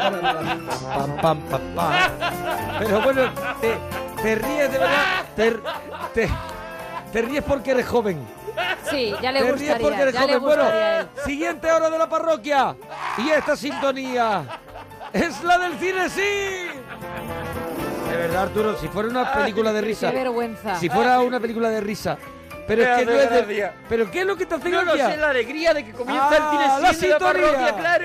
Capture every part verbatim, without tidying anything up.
Pam, pam, pam, pam. Pero bueno, te, te ríes de verdad. Te, te, te ríes porque eres joven. Sí, ya le Te gustaría. ríes porque eres ya le joven. Bueno, gustaría a él. siguiente hora de la parroquia. Y esta sintonía es la del cine, sí. De verdad, Arturo, si fuera una película de risa. Qué vergüenza. Si fuera una película de risa. Pero Me es que hace no es de... gracia. ¿Pero qué es lo que te hace No, no gracia? sé, la alegría de que comienza Ah, el cine la siendo la sintonía. parroquia, claro.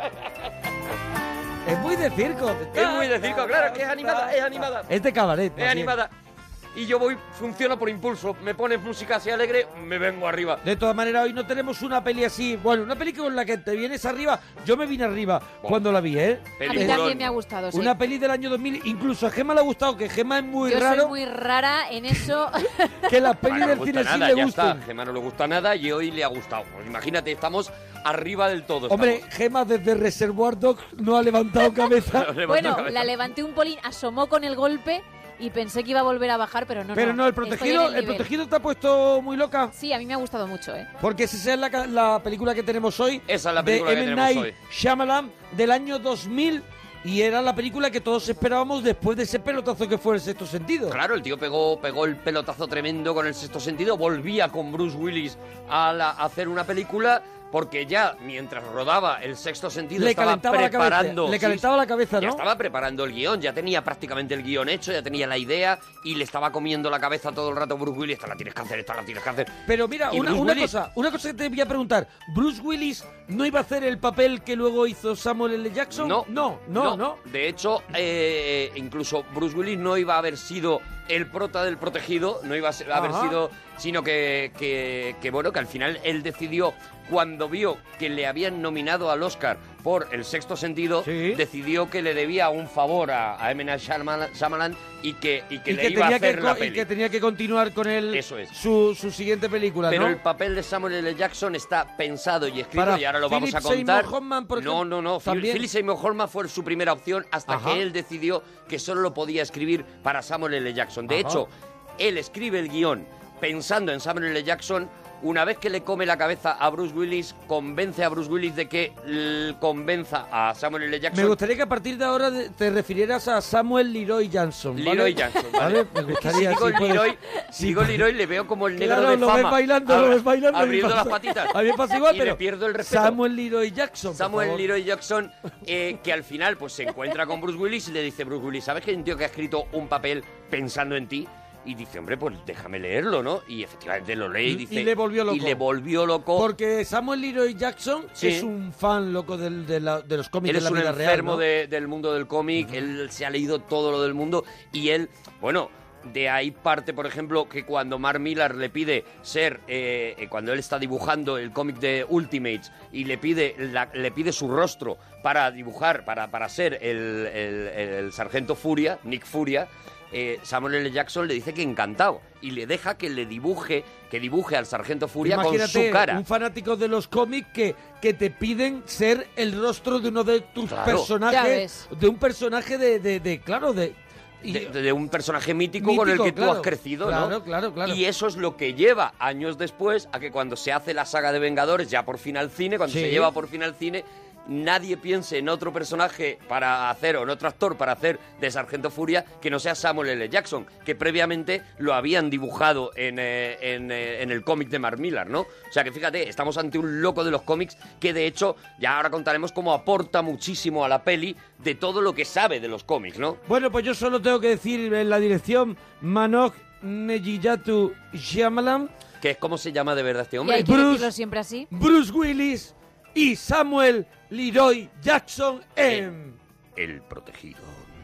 Es muy de circo. Es muy de circo, claro, que es animada, es animada. Es de cabaret. Es animada. Y yo voy, funciona por impulso. Me pones música así alegre, me vengo arriba. De todas maneras, hoy no tenemos una peli así. Bueno, una peli con la que te vienes arriba. Yo me vine arriba Oh. cuando la vi, ¿eh? A mí también me ha gustado, sí. Una peli del año dos mil. Incluso a Gemma le ha gustado, que Gemma es muy Yo raro soy muy rara en eso. que las pelis Bueno, del no cine gusta sí nada, le ya gusten. está. Gemma no le gusta nada y hoy le ha gustado. Pues imagínate, estamos arriba del todo. Hombre, estamos. Gemma desde Reservoir Dogs no ha levantado cabeza. No levanta Bueno, cabeza. la levanté un polín, asomó con el golpe y pensé que iba a volver a bajar, pero no. Pero no, el estoy en protegido, el el nivel. protegido te ha puesto muy loca. Sí, a mí me ha gustado mucho, ¿eh? Porque esa es la, ca- la película que tenemos hoy. Esa es la película de que M. tenemos Night hoy. Shyamalan del año dos mil. Y era la película que todos esperábamos después de ese pelotazo que fue El Sexto Sentido. Claro, el tío pegó, pegó el pelotazo tremendo con El Sexto Sentido. Volvía con Bruce Willis a, la- a hacer una película. Porque ya, mientras rodaba El Sexto Sentido, Le estaba calentaba la cabeza, preparando... le sí, calentaba la cabeza, Ya ¿no? estaba preparando el guión, ya tenía prácticamente el guión hecho, ya tenía la idea y le estaba comiendo la cabeza todo el rato a Bruce Willis. Esta la tienes que hacer, esta la tienes que hacer. Pero mira, Y una, Bruce una Willis- cosa, una cosa que te voy a preguntar. ¿Bruce Willis no iba a hacer el papel que luego hizo Samuel L. Jackson? No, no, no, no. De hecho, eh, incluso Bruce Willis no iba a haber sido el prota del protegido, no iba a ser- a haber Ajá. sido, sino que, que, que, bueno, que al final él decidió, cuando vio que le habían nominado al Oscar por El Sexto Sentido, decidió que le debía un favor a, a M. Night Shyamalan Shyamalan y que, y que Y le que, iba a tenía hacer que, la co- y peli. que tenía que continuar con él Eso es. su, su siguiente película, Pero ¿no? el papel de Samuel L. Jackson está pensado y escrito, Para y ahora lo vamos a Philip contar. Seymour Hoffman, por no, ejemplo, no, no. Phil- también. Philip Seymour Hoffman fue su primera opción hasta Ajá. que él decidió que solo lo podía escribir para Samuel L. Jackson. De Ajá. hecho, él escribe el guión pensando en Samuel L. Jackson. Una vez que le come la cabeza a Bruce Willis, convence a Bruce Willis de que l- convenza a Samuel L. Jackson. Me gustaría que a partir de ahora de- te refirieras a Samuel Leroy Johnson, ¿vale? Leroy Johnson, ¿vale? Me gustaría, Si digo sí, puedes- Leroy, sí, si digo Leroy, le veo como el negro Claro, de lo fama. ves bailando, lo ves bailando. Abriendo me las pasa- patitas. A mí me pasa igual, y pero le pierdo el respeto. Samuel Leroy Jackson, por Samuel favor. Leroy Jackson, eh, que al final pues se encuentra con Bruce Willis y le dice, Bruce Willis, ¿sabes que hay un tío que ha escrito un papel pensando en ti? Y dice, hombre, pues déjame leerlo, ¿no? Y efectivamente lo lee y Y- dice... y le volvió loco. Y le volvió loco. Porque Samuel Leroy Jackson Sí. es un fan loco del- de, la- de los cómics Él de es la un vida enfermo real, ¿no? de- del mundo del cómic, él se ha leído todo lo del mundo y él, bueno, de ahí parte, por ejemplo, que cuando Mark Millar le pide ser, eh, eh, cuando él está dibujando el cómic de Ultimates y le pide, la- le pide su rostro para dibujar, para, para ser el, el- el sargento Furia, Nick Furia, eh, Samuel L. Jackson le dice que encantado y le deja que le dibuje, que dibuje al sargento Furia Imagínate, con su cara. un fanático de los cómics que, que te piden ser el rostro de uno de tus Claro. Ya personajes, ves. de un personaje de, de, de- claro, de... y- De, de un personaje mítico, con el Mítico, que tú claro. has crecido, Claro, ¿no? claro, claro. Y eso es lo que lleva años después a que cuando se hace la saga de Vengadores, ya por fin al cine, cuando Sí. se lleva por fin al cine, nadie piense en otro personaje para hacer, o en otro actor para hacer de Sargento Furia, que no sea Samuel L. Jackson, que previamente lo habían dibujado en, eh, en, eh, en el cómic de Mark Millar, ¿no? O sea que fíjate, estamos ante un loco de los cómics que de hecho, ya ahora contaremos cómo aporta muchísimo a la peli de todo lo que sabe de los cómics, ¿no? Bueno, pues yo solo tengo que decir en la dirección Manoj Nejiyatu Shyamalan, Que es como se llama de verdad este Y hombre. hay que Bruce- decirlo siempre así. Bruce Willis y Samuel Leroy Jackson en... El protegido.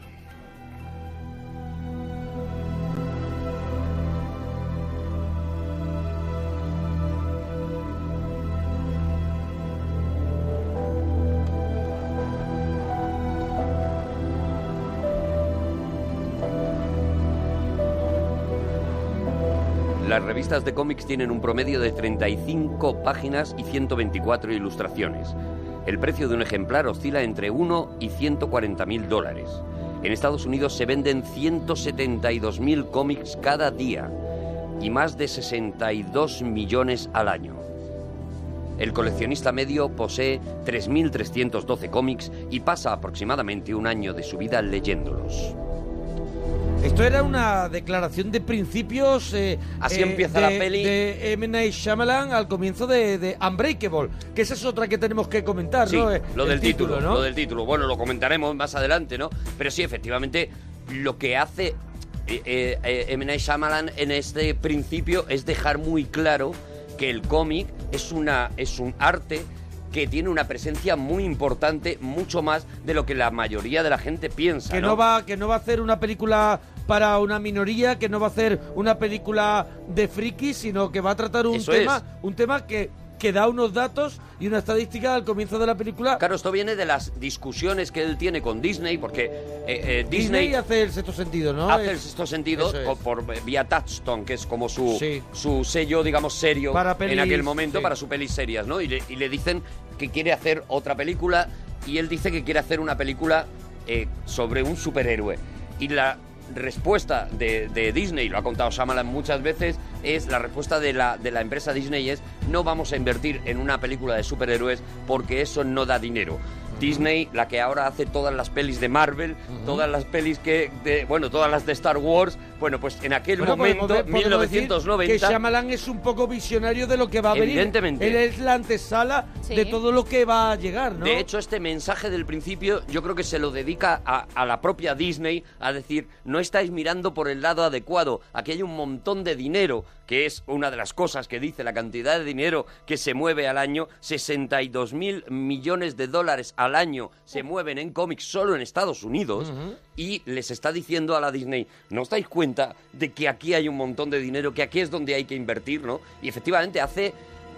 Las revistas de cómics tienen un promedio de treinta y cinco páginas y ciento veinticuatro ilustraciones. El precio de un ejemplar oscila entre uno y ciento cuarenta mil dólares. En Estados Unidos se venden ciento setenta y dos mil cómics cada día y más de sesenta y dos millones al año. El coleccionista medio posee tres mil trescientos doce cómics y pasa aproximadamente un año de su vida leyéndolos. Esto era una declaración de principios. Eh, Así eh, empieza de, la peli. De M. Night Shyamalan al comienzo de, de Unbreakable, que esa es otra que tenemos que comentar, Sí, ¿no? Eh, lo el del título, ¿no? lo del título. Bueno, lo comentaremos más adelante, ¿no? Pero sí, efectivamente, lo que hace eh, eh, eh, M. Night Shyamalan en este principio es dejar muy claro que el cómic es una es un arte que tiene una presencia muy importante, mucho más de lo que la mayoría de la gente piensa, Que ¿no? no va, que no va a hacer una película para una minoría, que no va a hacer una película de frikis, sino que va a tratar un Eso tema, es. un tema que, que da unos datos y una estadística al comienzo de la película. Claro, esto viene de las discusiones que él tiene con Disney, porque eh, eh, Disney, Disney hace el sexto sentido, ¿no? hace el Es- sexto sentido eso es. co- por vía Touchstone, que es como su, Sí. su sello, digamos, serio Para pelis, en aquel momento, sí. para sus pelis serias, ¿no? Y le, y le dicen que quiere hacer otra película, y él dice que quiere hacer una película eh, sobre un superhéroe. Y la respuesta de, de Disney, lo ha contado Shyamalan muchas veces, es la respuesta de la, de la empresa Disney es: no vamos a invertir en una película de superhéroes porque eso no da dinero. Disney, la que ahora hace todas las pelis de Marvel, uh-huh. todas las pelis que, de, bueno, todas las de Star Wars, bueno, pues en aquel bueno, momento, podemos, podemos mil novecientos noventa... decir que Shyamalan es un poco visionario de lo que va a venir. Evidentemente. Él es la antesala Sí. de todo lo que va a llegar, ¿no? De hecho, este mensaje del principio yo creo que se lo dedica a, a la propia Disney, a decir: no estáis mirando por el lado adecuado, aquí hay un montón de dinero, que es una de las cosas que dice la cantidad de dinero que se mueve al año, sesenta y dos mil millones de dólares al año se mueven en cómics solo en Estados Unidos, uh-huh. y les está diciendo a la Disney: ¿no os dais cuenta de que aquí hay un montón de dinero, que aquí es donde hay que invertir, ¿no? Y efectivamente hace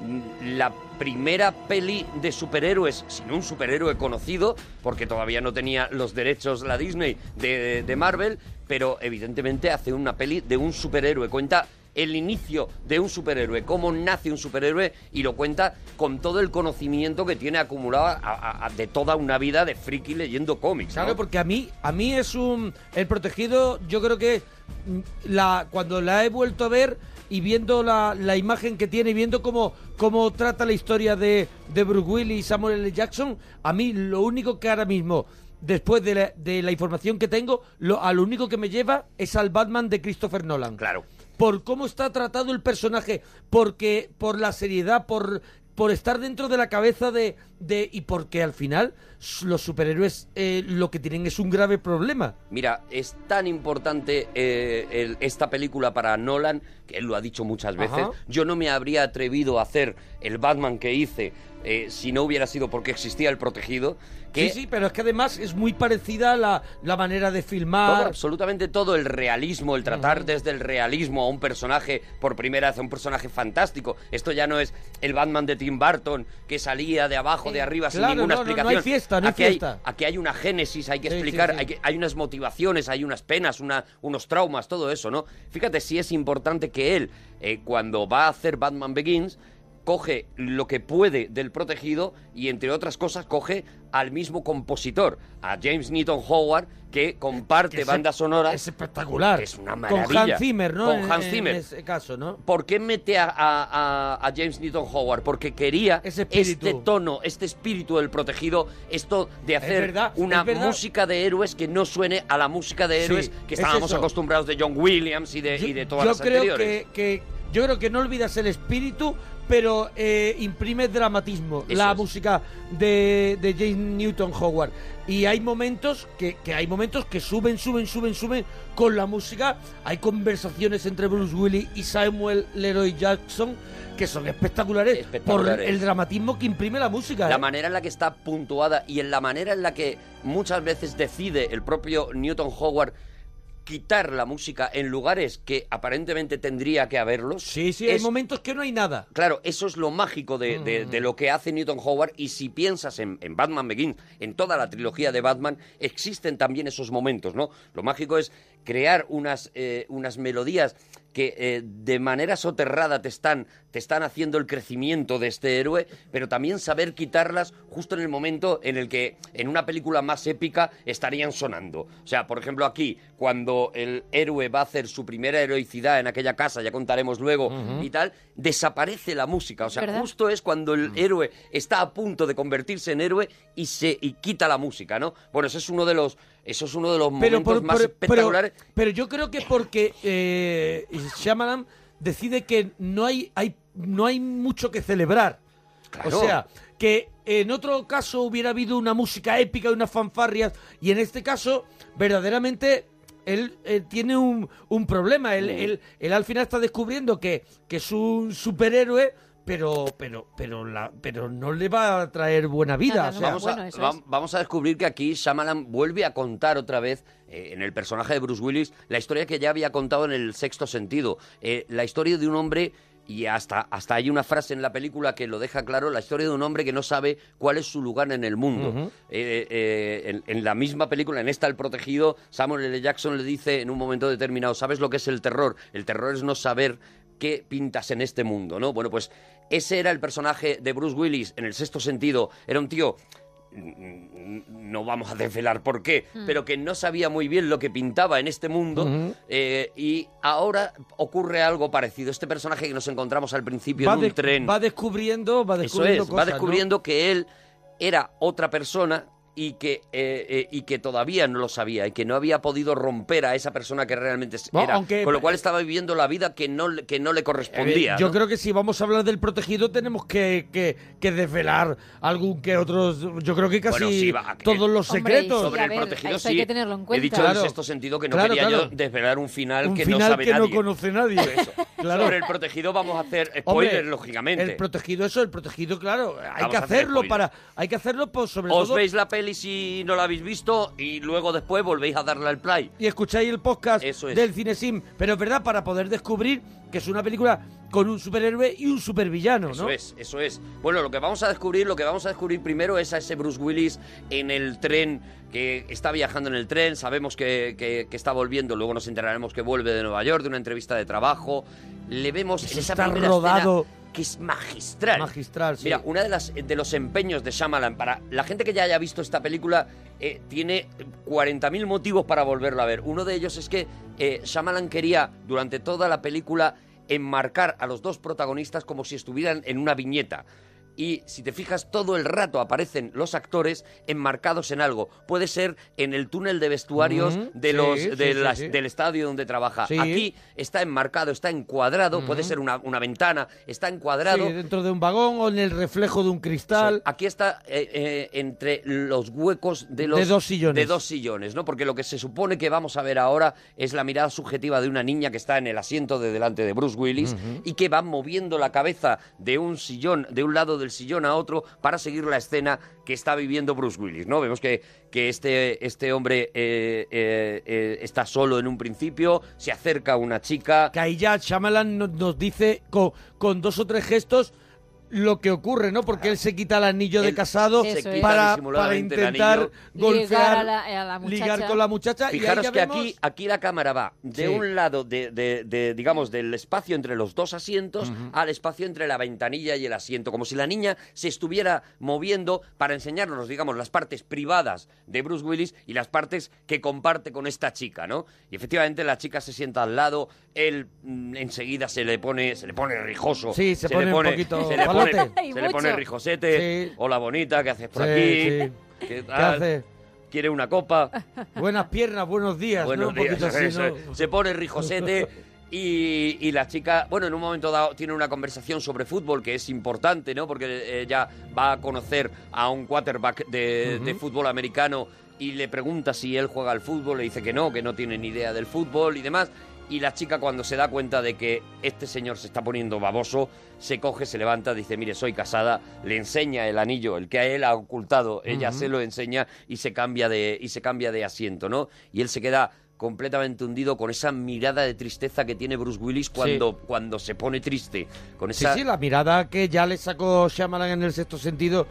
la primera peli de superhéroes sin un superhéroe conocido, porque todavía no tenía los derechos la Disney de, de Marvel, pero evidentemente hace una peli de un superhéroe, cuenta el inicio de un superhéroe, cómo nace un superhéroe, y lo cuenta con todo el conocimiento que tiene acumulado a, a, a, de toda una vida de friki leyendo cómics, ¿no? Claro, porque a mí, a mí es un... El Protegido, yo creo que la cuando la he vuelto a ver y viendo la, la imagen que tiene y viendo cómo, cómo trata la historia de, de Bruce Willis y Samuel L. Jackson, a mí lo único que ahora mismo, después de la, de la información que tengo, lo, a lo único que me lleva es al Batman de Christopher Nolan. Claro. Por cómo está tratado el personaje, porque por la seriedad, por, por estar dentro de la cabeza de... de y porque al final los superhéroes eh, lo que tienen es un grave problema. Mira, es tan importante eh, el, esta película para Nolan, que él lo ha dicho muchas veces. Ajá. Yo no me habría atrevido a hacer el Batman que hice eh, si no hubiera sido porque existía El Protegido. Que Sí, sí, pero es que además es muy parecida la, la manera de filmar. Todo, absolutamente todo, el realismo, el tratar uh-huh. desde el realismo a un personaje, por primera vez, a un personaje fantástico. Esto ya no es el Batman de Tim Burton, que salía de abajo, de arriba, claro, sin ninguna no, explicación. No, no hay fiesta, no hay aquí fiesta. Hay, aquí hay una génesis, hay que sí, explicar, sí, sí. Hay, que, hay unas motivaciones, hay unas penas, una, unos traumas, todo eso, ¿no? Fíjate si es importante que él, eh, cuando va a hacer Batman Begins, coge lo que puede del Protegido y, entre otras cosas, coge al mismo compositor, a James Newton Howard, que comparte que es, banda sonora. Es espectacular. Es una maravilla. Con Hans Zimmer, ¿no? Con en, Hans Zimmer. En ese caso, ¿no? ¿Por qué mete a, a, a James Newton Howard? Porque quería este tono, este espíritu del Protegido, esto de hacer verdad, una música de héroes que no suene a la música de héroes sí, que estábamos es acostumbrados de John Williams y de, yo, y de todas yo las creo anteriores. Que, que, yo creo que no olvidas el espíritu, pero eh, imprime dramatismo. Eso la es. música de, de James Newton Howard. Y hay momentos que, que hay momentos que suben, suben, suben, suben con la música. Hay conversaciones entre Bruce Willis y Samuel Leroy Jackson que son espectaculares, espectaculares. por el dramatismo que imprime la música. La ¿eh? manera en la que está puntuada y en la manera en la que muchas veces decide el propio Newton Howard quitar la música en lugares que aparentemente tendría que haberlos. Sí, sí, es, hay momentos que no hay nada. Claro, eso es lo mágico de, de, de lo que hace Newton Howard. Y si piensas en, en Batman Begins, en toda la trilogía de Batman, existen también esos momentos, ¿no? Lo mágico es crear unas, eh, unas melodías que eh, de manera soterrada te están, te están haciendo el crecimiento de este héroe, pero también saber quitarlas justo en el momento en el que en una película más épica estarían sonando. O sea, por ejemplo aquí, cuando el héroe va a hacer su primera heroicidad en aquella casa, ya contaremos luego, uh-huh. y tal, desaparece la música. O sea, ¿verdad? Justo es cuando el héroe está a punto de convertirse en héroe y se y quita la música, ¿no? Bueno, ese es uno de los... Eso es uno de los pero momentos por, más pero, espectaculares. Pero, pero yo creo que porque eh, Shyamalan decide que no hay, hay, no hay mucho que celebrar. Claro. O sea, que en otro caso hubiera habido una música épica y unas fanfarrias, y en este caso, verdaderamente, él, él tiene un, un problema. Él, mm. él, él al final está descubriendo que, que es un superhéroe, pero pero pero la pero no le va a traer buena vida. No, no, o sea, vamos, bueno, a, eso va, es. vamos a descubrir que aquí Shyamalan vuelve a contar otra vez eh, en el personaje de Bruce Willis la historia que ya había contado en El Sexto Sentido, eh, la historia de un hombre. Y hasta, hasta hay una frase en la película que lo deja claro, la historia de un hombre que no sabe cuál es su lugar en el mundo. Uh-huh. eh, eh, en, en la misma película, en esta El Protegido, Samuel L. Jackson le dice en un momento determinado, ¿sabes lo que es el terror? El terror es no saber qué pintas en este mundo, ¿no? Bueno, pues ese era el personaje de Bruce Willis en El Sexto Sentido. Era un tío... no vamos a desvelar por qué, mm. pero que no sabía muy bien lo que pintaba en este mundo, uh-huh. eh, y ahora ocurre algo parecido. Este personaje que nos encontramos al principio va en un de, tren... Va descubriendo, va descubriendo Eso es, cosas, va descubriendo ¿no? que él era otra persona y que, eh, eh, y que todavía no lo sabía y que no había podido romper a esa persona que realmente no, era, aunque, con lo cual estaba viviendo la vida que no, que no le correspondía. Eh, yo ¿no? creo que si vamos a hablar del Protegido tenemos que, que, que desvelar algún que otros, yo creo que casi bueno, sí, va, todos los hombre, secretos. sí, sobre a ver, el Protegido eso sí, hay que tenerlo en cuenta. he dicho claro, en Sexto Sentido que no claro, quería claro. yo desvelar un final un que final no sabe que nadie. no conoce nadie. Eso. Claro. Sobre el Protegido vamos a hacer spoilers, Hombre, lógicamente. El Protegido, eso, el Protegido, claro, hay Vamos que a hacer hacerlo spoilers. para, hay que hacerlo pues, sobre Os todo. veis la peli si no la habéis visto y luego después volvéis a darle al play. Y escucháis el podcast Eso es. del Cinesim, pero es verdad, para poder descubrir que es una película con un superhéroe y un supervillano, ¿no? Eso es, eso es. Bueno, lo que vamos a descubrir, lo que vamos a descubrir primero es a ese Bruce Willis en el tren, que está viajando en el tren, sabemos que, que, que está volviendo, luego nos enteraremos que vuelve de Nueva York, de una entrevista de trabajo. Le vemos Eso en esa está primera rodado. escena que es magistral. Magistral, sí. Mira, una de las de los empeños de Shyamalan, para la gente que ya haya visto esta película, eh, tiene cuarenta mil motivos para volverla a ver. Uno de ellos es que eh, Shyamalan quería, durante toda la película, enmarcar a los dos protagonistas como si estuvieran en una viñeta. Y si te fijas, todo el rato aparecen los actores enmarcados en algo. Puede ser en el túnel de vestuarios Mm-hmm. de Sí, los sí, de sí, las, sí. del estadio donde trabaja. Sí. Aquí está enmarcado, está encuadrado, Mm-hmm. puede ser una, una ventana, está encuadrado. Sí, dentro de un vagón o en el reflejo de un cristal. Sí, aquí está eh, eh, entre los huecos de los De dos sillones. de dos sillones, ¿no? Porque lo que se supone que vamos a ver ahora es la mirada subjetiva de una niña que está en el asiento de delante de Bruce Willis, Ujú. y que va moviendo la cabeza de un sillón, de un lado del sillón a otro, para seguir la escena que está viviendo Bruce Willis, ¿no? Vemos que, que este, este hombre eh, eh, eh, está solo en un principio, se acerca a una chica. Que ahí ya Shyamalan nos, nos dice con, con dos o tres gestos lo que ocurre, ¿no? Porque él se quita el anillo de Él casado se quita para, para disimuladamente el intentar anillo. golpear, Ligar a la- a la muchacha. ligar con la muchacha. Fijaros y ahí ya que vemos... aquí, aquí la cámara va de Sí. un lado, de, de- de, digamos, del espacio entre los dos asientos, Ujú. al espacio entre la ventanilla y el asiento, como si la niña se estuviera moviendo para enseñarnos, digamos, las partes privadas de Bruce Willis y las partes que comparte con esta chica, ¿no? Y efectivamente la chica se sienta al lado, él mm, enseguida se le pone, se le pone rijoso. Sí, se pone le un poquito se le pone, palote. Y se le pone mucho. rijosete. Sí. Hola bonita, ¿qué haces por Sí, aquí? sí. ¿Qué ¿Qué tal? hace? ¿Quiere una copa? Buenas piernas, buenos días, Buenos ¿no? Un días, poquito así, eso ¿no? es. Se pone rijosete y, y la chica, bueno, en un momento dado tiene una conversación sobre fútbol que es importante, ¿no? Porque ella va a conocer a un quarterback de, Ujú. de fútbol americano y le pregunta si él juega al fútbol, le dice que no, que no tiene ni idea del fútbol y demás. Y la chica, cuando se da cuenta de que este señor se está poniendo baboso, se coge, se levanta, dice, mire, soy casada, le enseña el anillo, el que a él ha ocultado, ella Ujú. se lo enseña y se cambia de, y se cambia de asiento, ¿no? Y él se queda completamente hundido con esa mirada de tristeza que tiene Bruce Willis cuando, cuando se pone triste. Con Sí, esa... sí, la mirada que ya le sacó Shyamalan en El Sexto Sentido,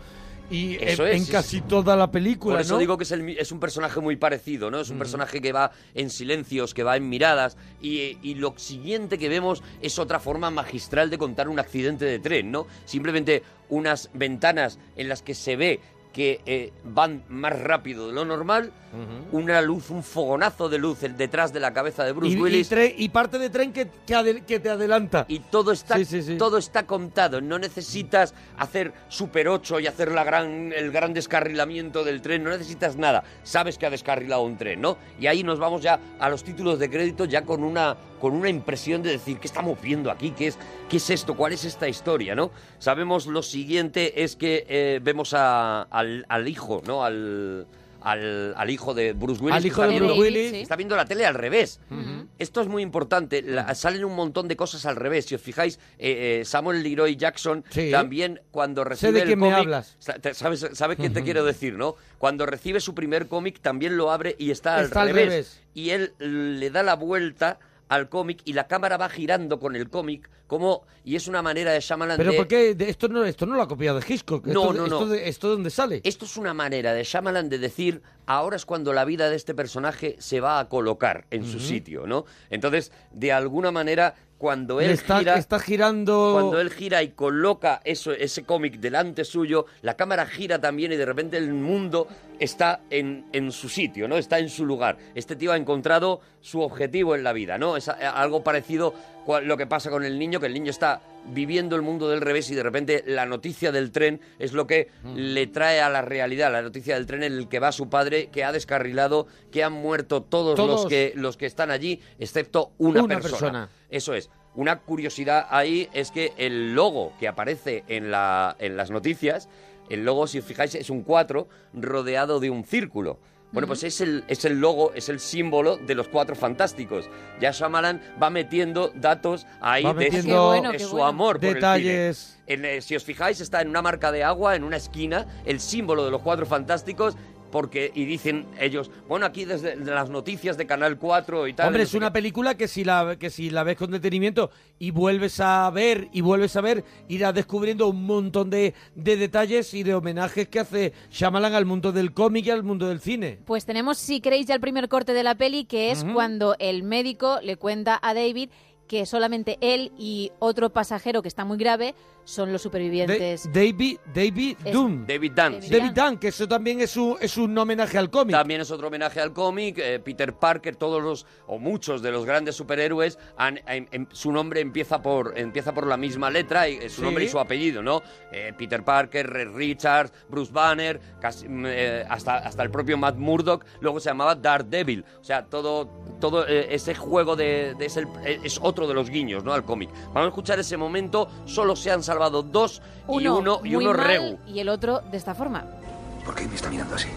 y en, Eso es, en es- casi toda la película, Por eso ¿no? digo que es, el mi- es un personaje muy parecido, ¿no? Es un personaje que va en silencios, que va en miradas, y, y lo siguiente que vemos es otra forma magistral de contar un accidente de tren, ¿no? Simplemente unas ventanas en las que se ve que eh, van más rápido de lo normal, una luz, un fogonazo de luz detrás de la cabeza de Bruce y, Willis. y, tre- y parte de tren que, que, adel- que te adelanta. Y todo está, Sí, sí, sí. todo está contado. No necesitas hacer Super ocho y hacer la gran, el gran descarrilamiento del tren. No necesitas nada. Sabes que ha descarrilado un tren, ¿no? Y ahí nos vamos ya a los títulos de crédito ya con una, con una impresión de decir, ¿qué estamos viendo aquí? ¿Qué es, qué es esto? ¿Cuál es esta historia, no? Sabemos lo siguiente es que eh, vemos a, al, al hijo, ¿no? Al... Al, al hijo de Bruce Willis. Al que hijo está de viendo- Bruce Willis. Sí. Está viendo la tele al revés. Ujú. Esto es muy importante. La- salen un montón de cosas al revés. Si os fijáis, eh, eh, Samuel Leroy Jackson Sí. también cuando Sé recibe de el quién me cómic... hablas. sa- te- ¿Sabes, sabes qué te quiero decir, no? Cuando recibe su primer cómic también lo abre y está, Está al al revés. revés. Y él le da la vuelta al cómic y la cámara va girando con el cómic como... Y es una manera de Shyamalan Pero de... ¿por qué? De- Esto no, esto no lo ha copiado de Hitchcock. No, esto, no, esto no. de- ¿Esto de dónde sale? Esto es una manera de Shyamalan de decir, ahora es cuando la vida de este personaje se va a colocar en su sitio, ¿no? Entonces, de alguna manera, cuando él Le está, gira... está girando... Cuando él gira y coloca eso, ese cómic delante suyo, la cámara gira también y de repente el mundo está en, en su sitio, ¿no? Está en su lugar. Este tío ha encontrado su objetivo en la vida, ¿no? Es a- algo parecido a lo que pasa con el niño, que el niño está viviendo el mundo del revés y de repente la noticia del tren es lo que le trae a la realidad, la noticia del tren en el que va su padre, que ha descarrilado, que han muerto todos, Todos. los que los que están allí, excepto una, Una persona. persona. Eso es. Una curiosidad ahí es que el logo que aparece en, la, en las noticias, el logo, si os fijáis, es un cuatro rodeado de un círculo. Bueno, pues es el, es el logo, es el símbolo de los Cuatro Fantásticos. Ya Shyamalan va metiendo datos ahí Va de, metiendo su- Qué bueno, de qué su bueno. amor por Detalles. el cine. En, eh, si os fijáis, está en una marca de agua, en una esquina, el símbolo de los Cuatro Fantásticos, porque, y dicen ellos, bueno, aquí desde de las noticias de Canal cuatro y tal. Hombre, no es sé una qué. película que si la que si la ves con detenimiento y vuelves a ver y vuelves a ver, irás descubriendo un montón de, de detalles y de homenajes que hace Shyamalan al mundo del cómic y al mundo del cine. Pues tenemos, si queréis, ya el primer corte de la peli, que es cuando el médico le cuenta a David que solamente él y otro pasajero que está muy grave son los De- supervivientes. David David Es- Doom. David Dunn. David sí. David Dunn, que eso también es un, es un homenaje al cómic. También es otro homenaje al cómic. eh, Peter Parker, todos los, o muchos de los grandes superhéroes, han, em- em- su nombre empieza por, empieza por la misma letra, y, eh, su Sí. nombre y su apellido, ¿no? Eh, Peter Parker, Red Richards, Bruce Banner, casi, mm, eh, hasta, hasta el propio Matt Murdock, luego se llamaba Daredevil. O sea, todo, todo eh, ese juego de, de- es, el- eh, es otro de los guiños, ¿no? Al cómic. Vamos a escuchar ese momento. Solo se han salvado dos y Uno, uno, y muy uno mal regu. y el otro de esta forma. ¿Por qué me está mirando así?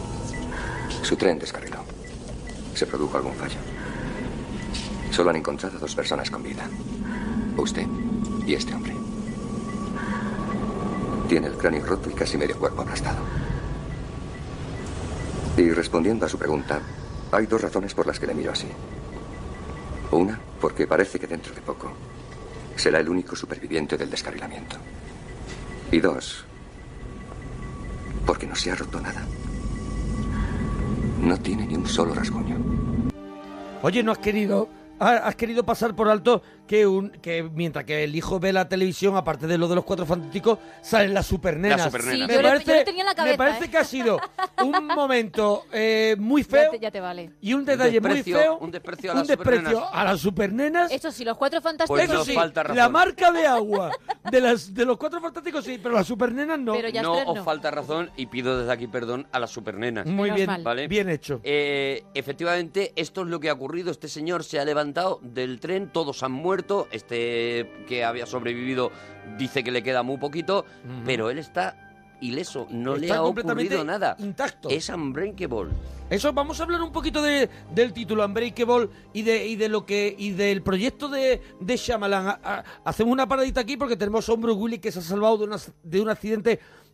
Su tren descarriló. ¿Se produjo algún fallo? Solo han encontrado dos personas con vida. Usted y este hombre. Tiene el cráneo roto y casi medio cuerpo aplastado. Y respondiendo a su pregunta, hay dos razones por las que le miro así. Una, porque parece que dentro de poco será el único superviviente del descarrilamiento. Y dos, porque no se ha roto nada. No tiene ni un solo rasguño. Oye, ¿no has querido ha- has querido pasar por alto que un que mientras que el hijo ve la televisión, aparte de lo de los Cuatro Fantásticos, salen las supernenas? Las supernenas. Sí, yo lo- yo lo tenía en la me cabeza, parece ¿eh? que ha sido un momento eh, muy Ya feo te, ya te vale. y un detalle muy desprecio- feo. un desprecio a un las desprecio supernenas. a las supernenas. Eso sí, los Cuatro Fantásticos Pues Eso nos sí, falta razón. la marca de agua de las de los Cuatro Fantásticos sí, pero las supernenas no. Pero ya No estreno. os falta razón y pido desde aquí perdón a las supernenas. Muy Menos bien, mal. ¿Vale? bien hecho. Eh, efectivamente, esto es lo que ha ocurrido. Este señor se ha levantado del tren, todos han muerto. Este que había sobrevivido dice que le queda muy poquito, pero él está ileso, no le Está ha completamente ocurrido nada. intacto. Es unbreakable. Eso, vamos a hablar un poquito de, del título Unbreakable y de, y de lo que y del proyecto de, de Shyamalan. A- a- hacemos una paradita aquí porque tenemos a un Bruce Willis que se ha salvado de, una- de un accidente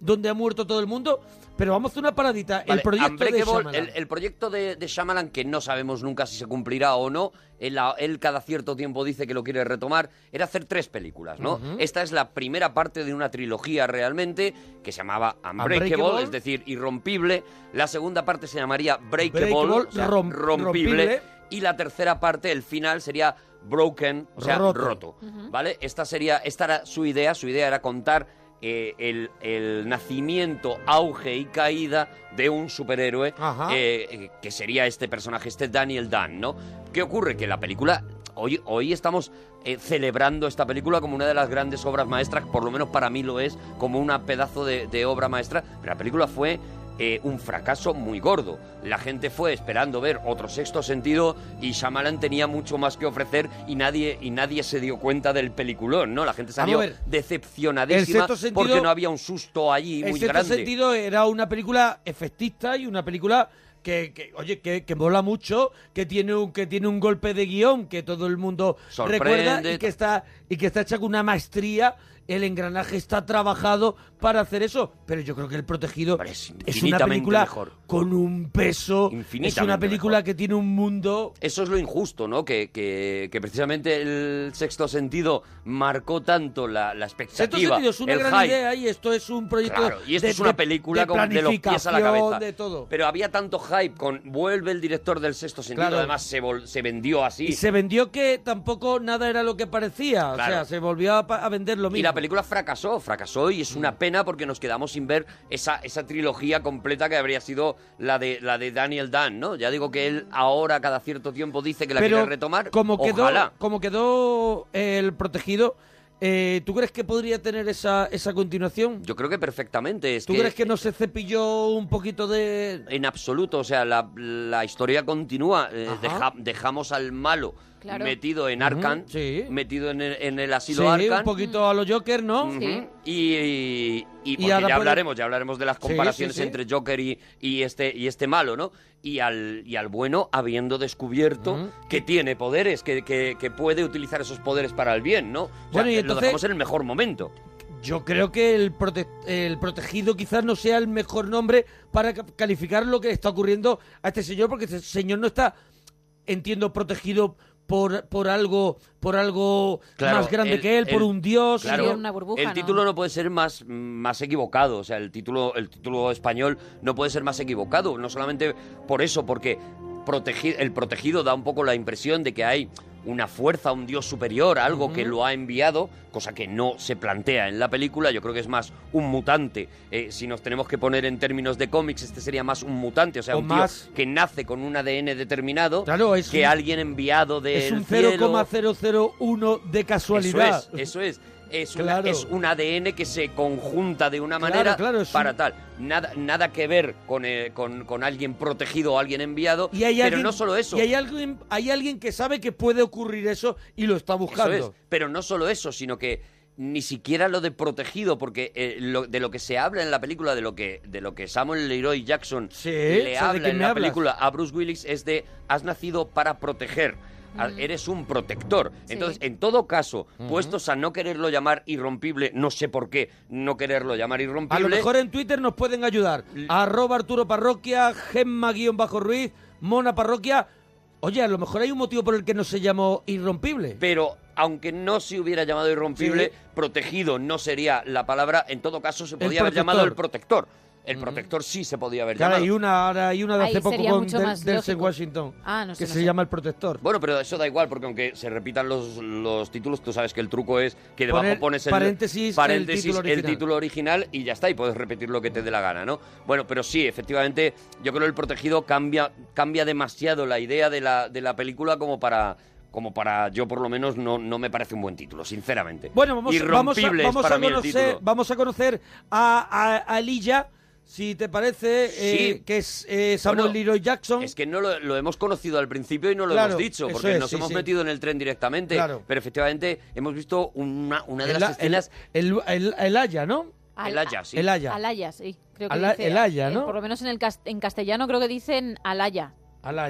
donde ha muerto todo el mundo. Pero vamos a hacer una paradita. Vale, el proyecto de Unbreakable, Shyamalan. el, el proyecto de, de Shyamalan, que no sabemos nunca si se cumplirá o no, él, a- él cada cierto tiempo dice que lo quiere retomar, era hacer tres películas, ¿no? Ujú. Esta es la primera parte de una trilogía realmente, que se llamaba Unbreakable, Unbreakable. es decir, irrompible. La segunda parte se llamaría Breakable, Breakable, o sea, rom- rompible. rompible. Y la tercera parte, el final, sería Broken, o sea, Roto. roto. ¿Vale? Esta sería, esta era su idea, su idea era contar eh, el, el nacimiento, auge y caída de un superhéroe Ajá. eh, eh, que sería este personaje, este Daniel Dan, ¿no? ¿Qué ocurre? Que la película, hoy, hoy estamos eh, celebrando esta película como una de las grandes obras maestras, por lo menos para mí lo es, como una pedazo de, de obra maestra, pero la película fue eh, un fracaso muy gordo. La gente fue esperando ver otro Sexto Sentido y Shyamalan tenía mucho más que ofrecer y nadie, y nadie se dio cuenta del peliculón, ¿no? La gente salió Vamos a ver. decepcionadísima El Sexto Sentido- porque no había un susto allí En muy cierto grande. sentido era una película efectista y una película que, que, oye, que, que mola mucho, que tiene un que tiene un golpe de guión que todo el mundo Sorprende. recuerda y que está y que está hecha con una maestría. El engranaje está trabajado para hacer eso, pero yo creo que El Protegido Hombre, es es una infinitamente película mejor. con un peso, es Infinitamente una película mejor. que tiene un mundo. Eso es lo injusto, ¿no? Que, que, que precisamente el Sexto Sentido marcó tanto la, la Sexto expectativa, Sentido es una el gran hype. idea y esto es un proyecto Claro, y esto de, es una de- película de con, de los pies a la planificación, cabeza. de todo. Pero había tanto hype con vuelve el director del Sexto Sentido, Claro. además se, vol- se vendió así. Y se vendió que tampoco nada era lo que parecía, Claro. o sea, se volvió a, pa- a vender lo mismo. Y la película fracasó, fracasó y es una pena porque nos quedamos sin ver esa, esa trilogía completa que habría sido la de la de Daniel Dan, ¿no? Ya digo que él ahora cada cierto tiempo dice que la Pero quiere retomar. como quedó, Ojalá. como quedó El Protegido, eh, ¿tú crees que podría tener esa, esa continuación? Yo creo que perfectamente. Es ¿Tú que crees que no se cepilló un poquito de...? En absoluto, o sea, la, la historia continúa. eh, Ajá. deja- dejamos al malo Claro. metido en Arkham, sí. metido en el, en el asilo Sí, Arkham. un poquito a los Joker, ¿no? Ujú. Sí. Y, y, y porque ahora ya puede- hablaremos, ya hablaremos de las Sí, comparaciones sí, sí. entre Joker y, y este y este malo, ¿no? Y al, y al bueno habiendo descubierto Ujú. que tiene poderes, que, que, que puede utilizar esos poderes para el bien, ¿no? O sea, Bueno, y lo entonces- dejamos en el mejor momento. Yo creo que el, prote- el Protegido quizás no sea el mejor nombre para ca- calificar lo que está ocurriendo a este señor, porque este señor no está, entiendo, protegido por, por algo por algo Claro, más grande el- que él, por el- un dios. Claro, Sí, en una burbuja, el ¿no? título no puede ser más, más equivocado, o sea, el título, el título español no puede ser más equivocado, no solamente por eso, porque protegi- el protegido da un poco la impresión de que hay una fuerza, un dios superior, algo que lo ha enviado, cosa que no se plantea en la película. Yo creo que es más un mutante. Eh, si nos tenemos que poner en términos de cómics, este sería más un mutante, o sea, O un tío más- que nace con un A D N determinado, Claro, es que un- alguien enviado del Es un cielo. cero coma cero cero uno de casualidad. Eso es, eso es. Es, una- Claro. es un A D N que se conjunta de una Claro, manera claro, es para un- tal. Nada, nada que ver con, eh, con, con alguien protegido o alguien enviado. Y hay pero alguien, no solo eso. Y hay alguien, hay alguien que sabe que puede ocurrir eso y lo está Eso buscando. es. Pero no solo eso, sino que ni siquiera lo de protegido, porque eh, lo- de lo que se habla en la película, de lo que, de lo que Samuel Leroy Jackson Sí, le ¿sabes de habla qué en me la hablas? película a Bruce Willis es de has nacido para proteger. a- Eres un protector. Sí. Entonces, en todo caso, puestos a no quererlo llamar irrompible, no sé por qué no quererlo llamar A irrompible. lo mejor en Twitter nos pueden ayudar. Arroba Arturo Parroquia, Gemma-Ruiz, Mona Parroquia. Oye, a lo mejor hay un motivo por el que no se llamó Irrompible. Pero aunque no se hubiera llamado irrompible, Sí. protegido no sería la palabra. En todo caso, se El podía haber protector. llamado el protector. El protector sí se podía haber Claro, llamado. hay una, ahora hay una de hace Ahí poco sería con mucho Del- más Denzel lógico. Washington, Ah, no sé, que no se sé. llama El Protector. Bueno, pero eso da igual, porque aunque se repitan los, los títulos, tú sabes que el truco es que debajo Poner pones el paréntesis, paréntesis, el título original. el título original y ya está, y puedes repetir lo que te dé la gana, ¿no? Bueno, pero sí, efectivamente, yo creo que El Protegido cambia, cambia demasiado la idea de la, de la película como para... Como para yo, por lo menos, no, no me parece un buen título, sinceramente. Bueno, vamos, vamos, a, Irrompible es vamos, para a mí el conocer, título. vamos a conocer a, a, a Elijah, si te parece, eh, Sí. que es eh, Samuel Bueno, Leroy Jackson. Es que no lo, lo hemos conocido al principio y no lo Claro, hemos dicho, eso porque es, nos sí, hemos sí. metido en el tren directamente. Claro. Pero efectivamente hemos visto una, una de el, las el, escenas... el, el, el Aya, ¿no? Al- El Aya, sí. El Aya. Alaya, sí. Creo que Ala- dice, el Aya, eh, ¿no? por lo menos en, el cas- en castellano creo que dicen Alaya. Alaya.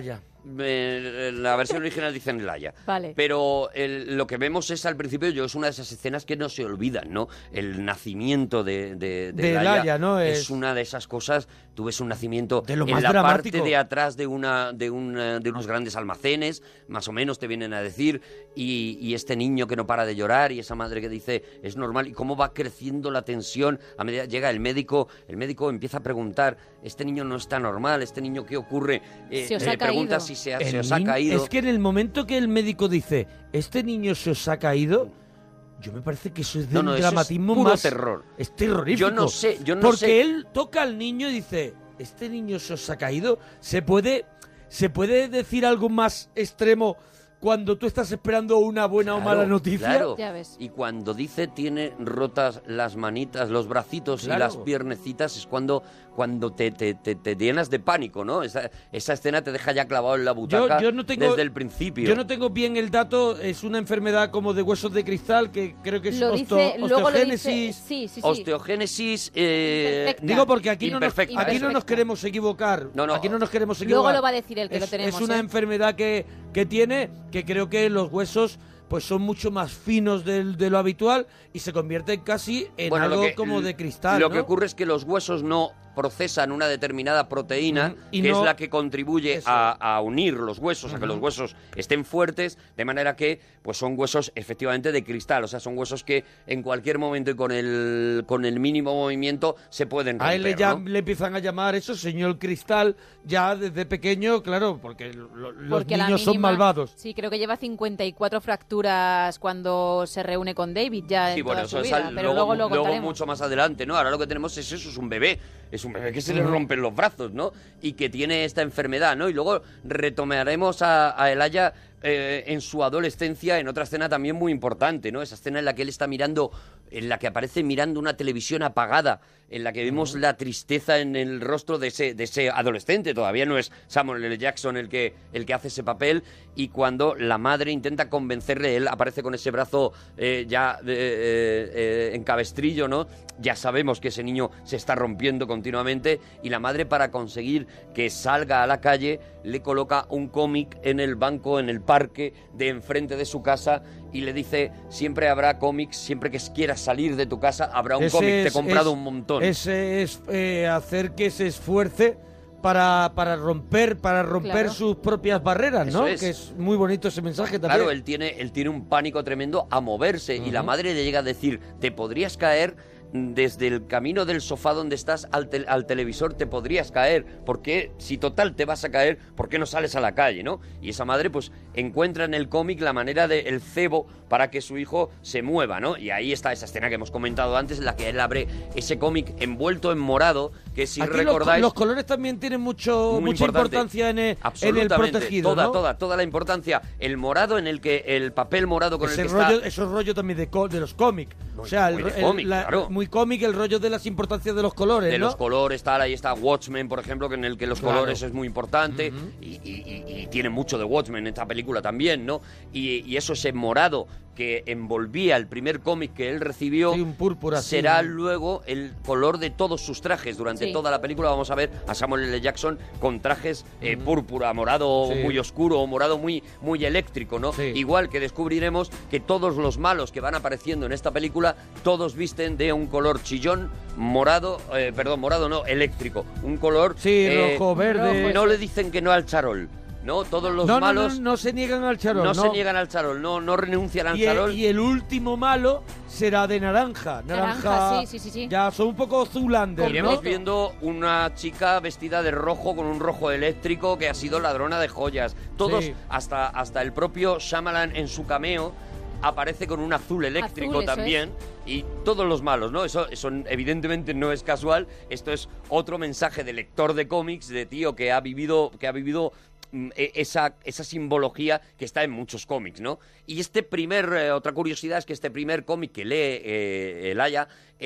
eh, la versión original dicen Elaya. Vale. Pero el- lo que vemos es al principio, yo es una de esas escenas que no se olvidan, ¿no? El nacimiento de, de, De Elaya Elaya, ¿no? Es... Es- una de esas cosas. Tú ves un nacimiento De lo en más la dramático. parte de atrás de una de un de unos grandes almacenes, más o menos te vienen a decir, y, y este niño que no para de llorar y esa madre que dice es normal, y cómo va creciendo la tensión a medida llega el médico, el médico empieza a preguntar, este niño no está normal, este niño ¿qué ocurre? Eh, Se os le ha pregunta caído. si se, ha- El se os ha niño- caído. Es que en el momento que el médico dice, este niño se os ha caído, yo me parece que eso es de No, un no, eso es dramatismo puro más... terror. Es terrorífico. Yo no sé, yo no Porque sé. él toca al niño y dice, este niño se os ha caído. ¿Se puede, ¿Se puede decir algo más extremo cuando tú estás esperando una buena o Claro, mala noticia? claro. Ya ves. Y cuando dice tiene rotas las manitas, los bracitos Claro. y las piernecitas, es cuando, cuando te, te, te, te llenas de pánico, ¿no? Esa, esa escena te deja ya clavado en la Yo, butaca yo no tengo, desde el principio. Yo no tengo bien el dato, es una enfermedad como de huesos de cristal que creo que es Lo osto- dice, luego lo dice... osteogénesis. Sí, sí, sí. Osteogénesis... eh, Imperfecta. Digo porque aquí, no nos, Imperfecta, aquí eso. no nos queremos equivocar. No, no. Aquí no nos queremos Luego equivocar. lo va a decir el que es, lo tenemos, Es una ¿eh? enfermedad que, que tiene, que creo que los huesos pues son mucho más finos del- de lo habitual y se convierten casi en Bueno, lo algo que- como de cristal. Lo ¿no? que ocurre es que los huesos no procesan una determinada proteína, Ujú, y que no- es la que contribuye Eso. a, a unir los huesos, a que Ujú. los huesos estén fuertes, de manera que pues son huesos efectivamente de cristal, o sea, son huesos que en cualquier momento y con el, con el mínimo movimiento se pueden romper, A él le, ya, ¿no? le empiezan a llamar eso señor cristal ya desde pequeño, claro, porque lo- los Porque la niños son mínima- malvados. Sí, creo que lleva cincuenta y cuatro fracturas cuando se reúne con David ya en Sí, bueno, toda eso su es vida, al- pero luego lo contaremos. mucho más adelante, ¿no? Ahora lo que tenemos es eso, es un bebé, es un bebé que se le rompen los brazos, ¿no? Y que tiene esta enfermedad, ¿no? Y luego retomaremos a, a Elaya eh, en su adolescencia en otra escena también muy importante, ¿no? Esa escena en la que él está mirando, en la que aparece mirando una televisión apagada, en la que vemos la tristeza en el rostro de ese, de ese adolescente, todavía no es Samuel L. Jackson el que, el que hace ese papel, y cuando la madre intenta convencerle, él aparece con ese brazo eh, ya eh, eh, eh, en cabestrillo, ¿no? Ya sabemos que ese niño se está rompiendo continuamente, y la madre, para conseguir que salga a la calle, le coloca un cómic en el banco, en el parque de enfrente de su casa, y le dice, siempre habrá cómics, siempre que quieras salir de tu casa habrá un Ese cómic, te he es- comprado es- un montón. Ese es eh, hacer que se esfuerce para, para romper para romper Claro. sus propias barreras, ¿no? Eso es. Que es muy bonito ese mensaje también. Claro, él tiene, él tiene un pánico tremendo a moverse, y la Ujú. madre le llega a decir, te podrías caer desde el camino del sofá donde estás al, tel- al televisor, te podrías caer, porque si total te vas a caer, ¿por qué no sales a la calle, no? Y esa madre pues encuentra en el cómic la manera del cebo para que su hijo se mueva, ¿no? Y ahí está esa escena que hemos comentado antes, en la que él abre ese cómic envuelto en morado, que si Aquí los- recordáis... los, colores también tienen mucho Muy mucha importante. importancia en el, en el Absolutamente, protegido, toda, ¿no? toda, toda la importancia. El morado en el que el papel morado con Ese el que rollo, está... Eso es rollo también de, co- de los cómics. Muy- O sea, el, muy de el- cómic, la- claro. muy cómic el rollo de las importancias de los colores, de ¿no? los colores, tal, ahí está Watchmen, por ejemplo, que en el que los Claro. colores es muy importante, Ujú. y, y- y- y tiene mucho de Watchmen esta película también, ¿no? Y, y eso, ese morado que envolvía el primer cómic que él recibió, Sí, un púrpura, sí. será luego el color de todos sus trajes. Durante Sí. toda la película vamos a ver a Samuel L. Jackson con trajes eh, púrpura, morado Sí. muy oscuro, o morado muy, muy eléctrico, ¿no? Sí. Igual que descubriremos que todos los malos que van apareciendo en esta película, todos visten de un color chillón, morado, eh, perdón, morado no, eléctrico. Un color... Sí, eh, rojo, verde. rojo, No le dicen que no al charol, ¿no? Todos los no, no, malos no, no se niegan al charol. no no se niegan al charol, no, no renuncian al y, el, charol. y el último malo será de naranja. Naranja, Naranja, sí, sí, sí, sí. Ya son un poco Zoolander, Iremos ¿no? viendo una chica vestida de rojo con un rojo eléctrico que ha sido ladrona de joyas. Todos, Sí. hasta, hasta el propio Shyamalan en su cameo, aparece con un azul eléctrico Azul, eso también. Y todos los malos, ¿no? Eso, eso evidentemente no es casual. Esto es otro mensaje de lector de cómics, de tío que ha vivido, que ha vivido mm, e- esa, esa simbología que está en muchos cómics, ¿no? Y este primer, eh, otra curiosidad es que este primer cómic que lee eh, Elaya es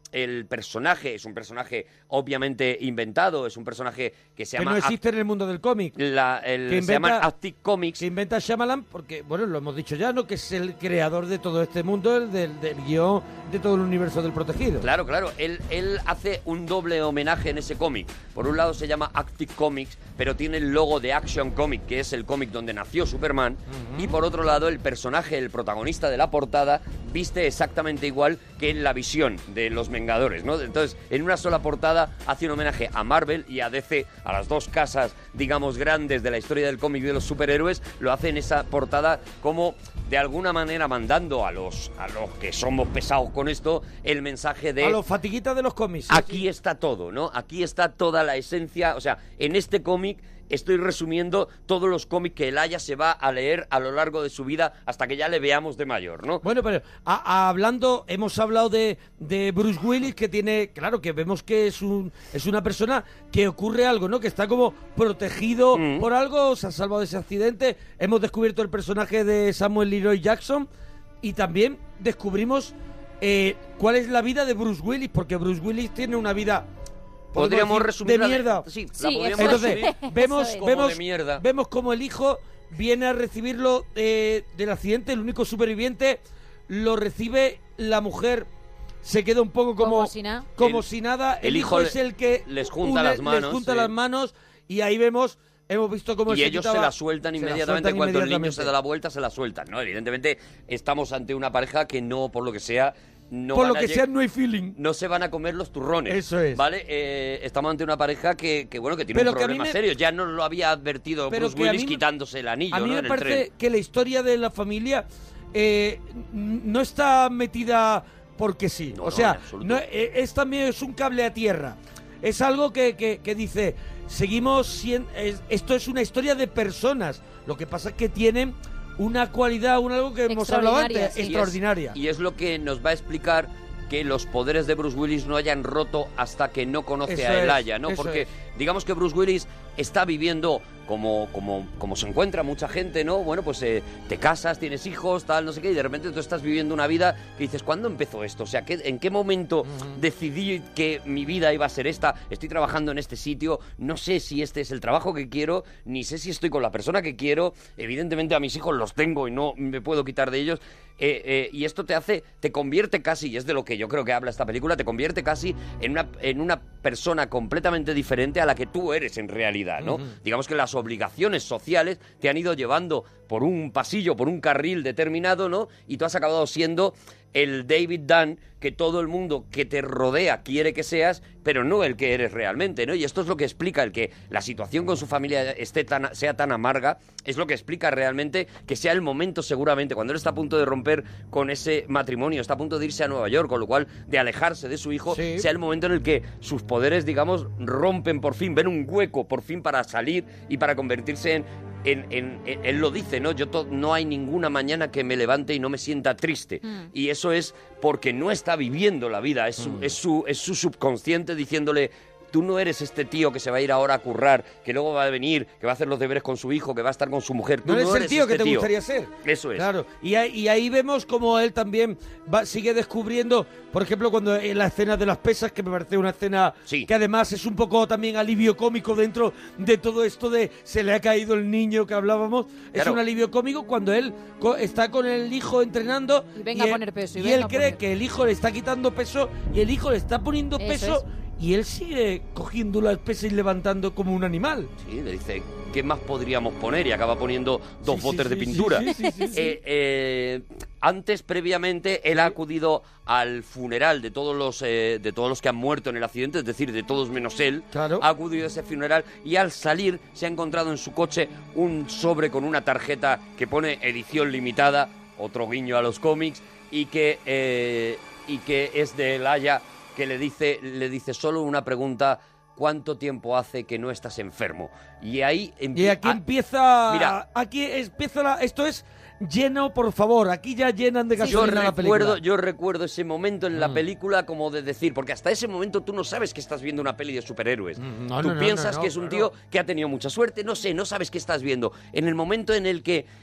el personaje es un personaje obviamente inventado, es un personaje que se que llama... no existe en el mundo del cómic. La, el, que inventa, se llama Arctic Comics. Que inventa Shyamalan porque, bueno, lo hemos dicho ya, ¿no? Que es el creador de todo este mundo, el del, del guión de todo el universo del Protegido. Claro, claro. Él, él hace un doble homenaje en ese cómic. Por un lado se llama Arctic Comics, pero tiene el logo de Action Comic, que es el cómic donde nació Superman. Uh-huh. Y por otro lado, el personaje, el protagonista de la portada, viste exactamente igual que en la visión de los Vengadores, ¿no? Entonces, en una sola portada hace un homenaje a Marvel y a D C, a las dos casas, digamos, grandes de la historia del cómic de los superhéroes. Lo hace en esa portada como, de alguna manera, mandando a los, a los que somos pesados con esto, el mensaje de... A los fatiguitas de los cómics. Sí, aquí sí. está todo, ¿no? Aquí está toda la esencia. O sea, en este cómic estoy resumiendo todos los cómics que el Aya se va a leer a lo largo de su vida hasta que ya le veamos de mayor, ¿no? Bueno, pero a, a, hablando, hemos hablado de, de Bruce Willis, que tiene, claro, que vemos que es un es una persona que ocurre algo, ¿no? Que está como protegido mm. por algo, se ha salvado de ese accidente. Hemos descubierto el personaje de Samuel Leroy Jackson y también descubrimos eh, cuál es la vida de Bruce Willis, porque Bruce Willis tiene una vida... Podríamos resumir de mierda. De, sí, sí, la podríamos entonces resumir. vemos Como vemos de mierda. vemos como el hijo viene a recibirlo eh, del accidente, el único superviviente, lo recibe la mujer, se queda un poco como como si, na. como el, si nada. El, el hijo hijo es el que les junta une, las manos, les junta sí. las manos y ahí vemos. Hemos visto cómo y se ellos quitaba, se la sueltan se inmediatamente la sueltan cuando el niño inmediatamente. se da la vuelta, se la sueltan, ¿no? Evidentemente estamos ante una pareja que no, por lo que sea, no por van lo a que lleg- sea no hay feeling. no se van a comer los turrones. Eso es. ¿Vale? Eh, estamos ante una pareja que, que bueno, que tiene Pero un que a mí problema me- serio. Ya nos lo había advertido Pero Bruce que a Willis mí me- quitándose el anillo, A mí ¿no? me en el parece tren. que la historia de la familia eh, n- no está metida porque sí. No, o no, sea, en absoluto. no, eh, es también es un cable a tierra. Es algo que, que, que dice, seguimos siendo... Es, esto es una historia de personas. Lo que pasa es que tienen una cualidad, un algo que hemos hablado antes, sí. extraordinaria. Y es, y es lo que nos va a explicar que los poderes de Bruce Willis no hayan roto hasta que no conoce Eso a es, Elijah, ¿no? eso Porque es. digamos que Bruce Willis está viviendo como, como, como se encuentra mucha gente, ¿no? Bueno, pues eh, te casas, tienes hijos, tal, no sé qué, y de repente tú estás viviendo una vida que dices, ¿cuándo empezó esto? O sea, ¿qué, ¿en qué momento uh-huh. decidí que mi vida iba a ser esta? Estoy trabajando en este sitio, no sé si este es el trabajo que quiero, ni sé si estoy con la persona que quiero, evidentemente a mis hijos los tengo y no me puedo quitar de ellos. Eh, eh, y esto te hace, te convierte casi, y es de lo que yo creo que habla esta película, te convierte casi en una, en una persona completamente diferente a la que tú eres en realidad, ¿no? Uh-huh. Digamos que las obligaciones sociales te han ido llevando por un pasillo, por un carril determinado, ¿no? Y tú has acabado siendo el David Dunn que todo el mundo que te rodea quiere que seas, pero no el que eres realmente, ¿no? Y esto es lo que explica el que la situación con su familia esté tan, sea tan amarga, es lo que explica realmente que sea el momento seguramente, cuando él está a punto de romper con ese matrimonio, está a punto de irse a Nueva York, con lo cual de alejarse de su hijo, sí. sea el momento en el que sus poderes, digamos, rompen por fin, ven un hueco por fin para salir y para convertirse en En, en, en, él lo dice, ¿no? Yo to, no hay ninguna mañana que me levante y no me sienta triste. Mm. Y eso es porque no está viviendo la vida. Es su, mm. es su, es su subconsciente diciéndole, tú no eres este tío que se va a ir ahora a currar, que luego va a venir, que va a hacer los deberes con su hijo, que va a estar con su mujer. Tú no eres no el eres tío este que te tío. gustaría ser. Eso es. Claro. Y ahí, y ahí vemos como él también va, sigue descubriendo, por ejemplo, cuando en la escena de las pesas, que me parece una escena sí. que además es un poco también alivio cómico dentro de todo esto de se le ha caído el niño que hablábamos. Claro. Es un alivio cómico cuando él co- está con el hijo entrenando y venga y él, a poner peso. Y, y él cree que el hijo le está quitando peso y el hijo le está poniendo Eso peso. es. Y él sigue cogiendo las pesas y levantando como un animal. Sí, le dice, ¿qué más podríamos poner? Y acaba poniendo dos sí, botes sí, de sí, pintura. Sí, sí, sí, sí. Eh, eh, antes, previamente, él ha acudido al funeral de todos los eh, de todos los que han muerto en el accidente, es decir, de todos menos él. Claro. Ha acudido a ese funeral y al salir se ha encontrado en su coche un sobre con una tarjeta que pone edición limitada, otro guiño a los cómics, y que, eh, y que es de Elijah, que le dice, le dice solo una pregunta: ¿cuánto tiempo hace que no estás enfermo? Y ahí empie- y aquí a- empieza Mira, aquí empieza la, esto es lleno, por favor, aquí ya llenan de yo gasolina la película. recuerdo, yo recuerdo ese momento en la Mm. película como de decir, porque hasta ese momento tú no sabes que estás viendo una peli de superhéroes. Mm, no, tú no, no, piensas no, no, que es un claro. tío que ha tenido mucha suerte, no sé, no sabes qué estás viendo. En el momento en el que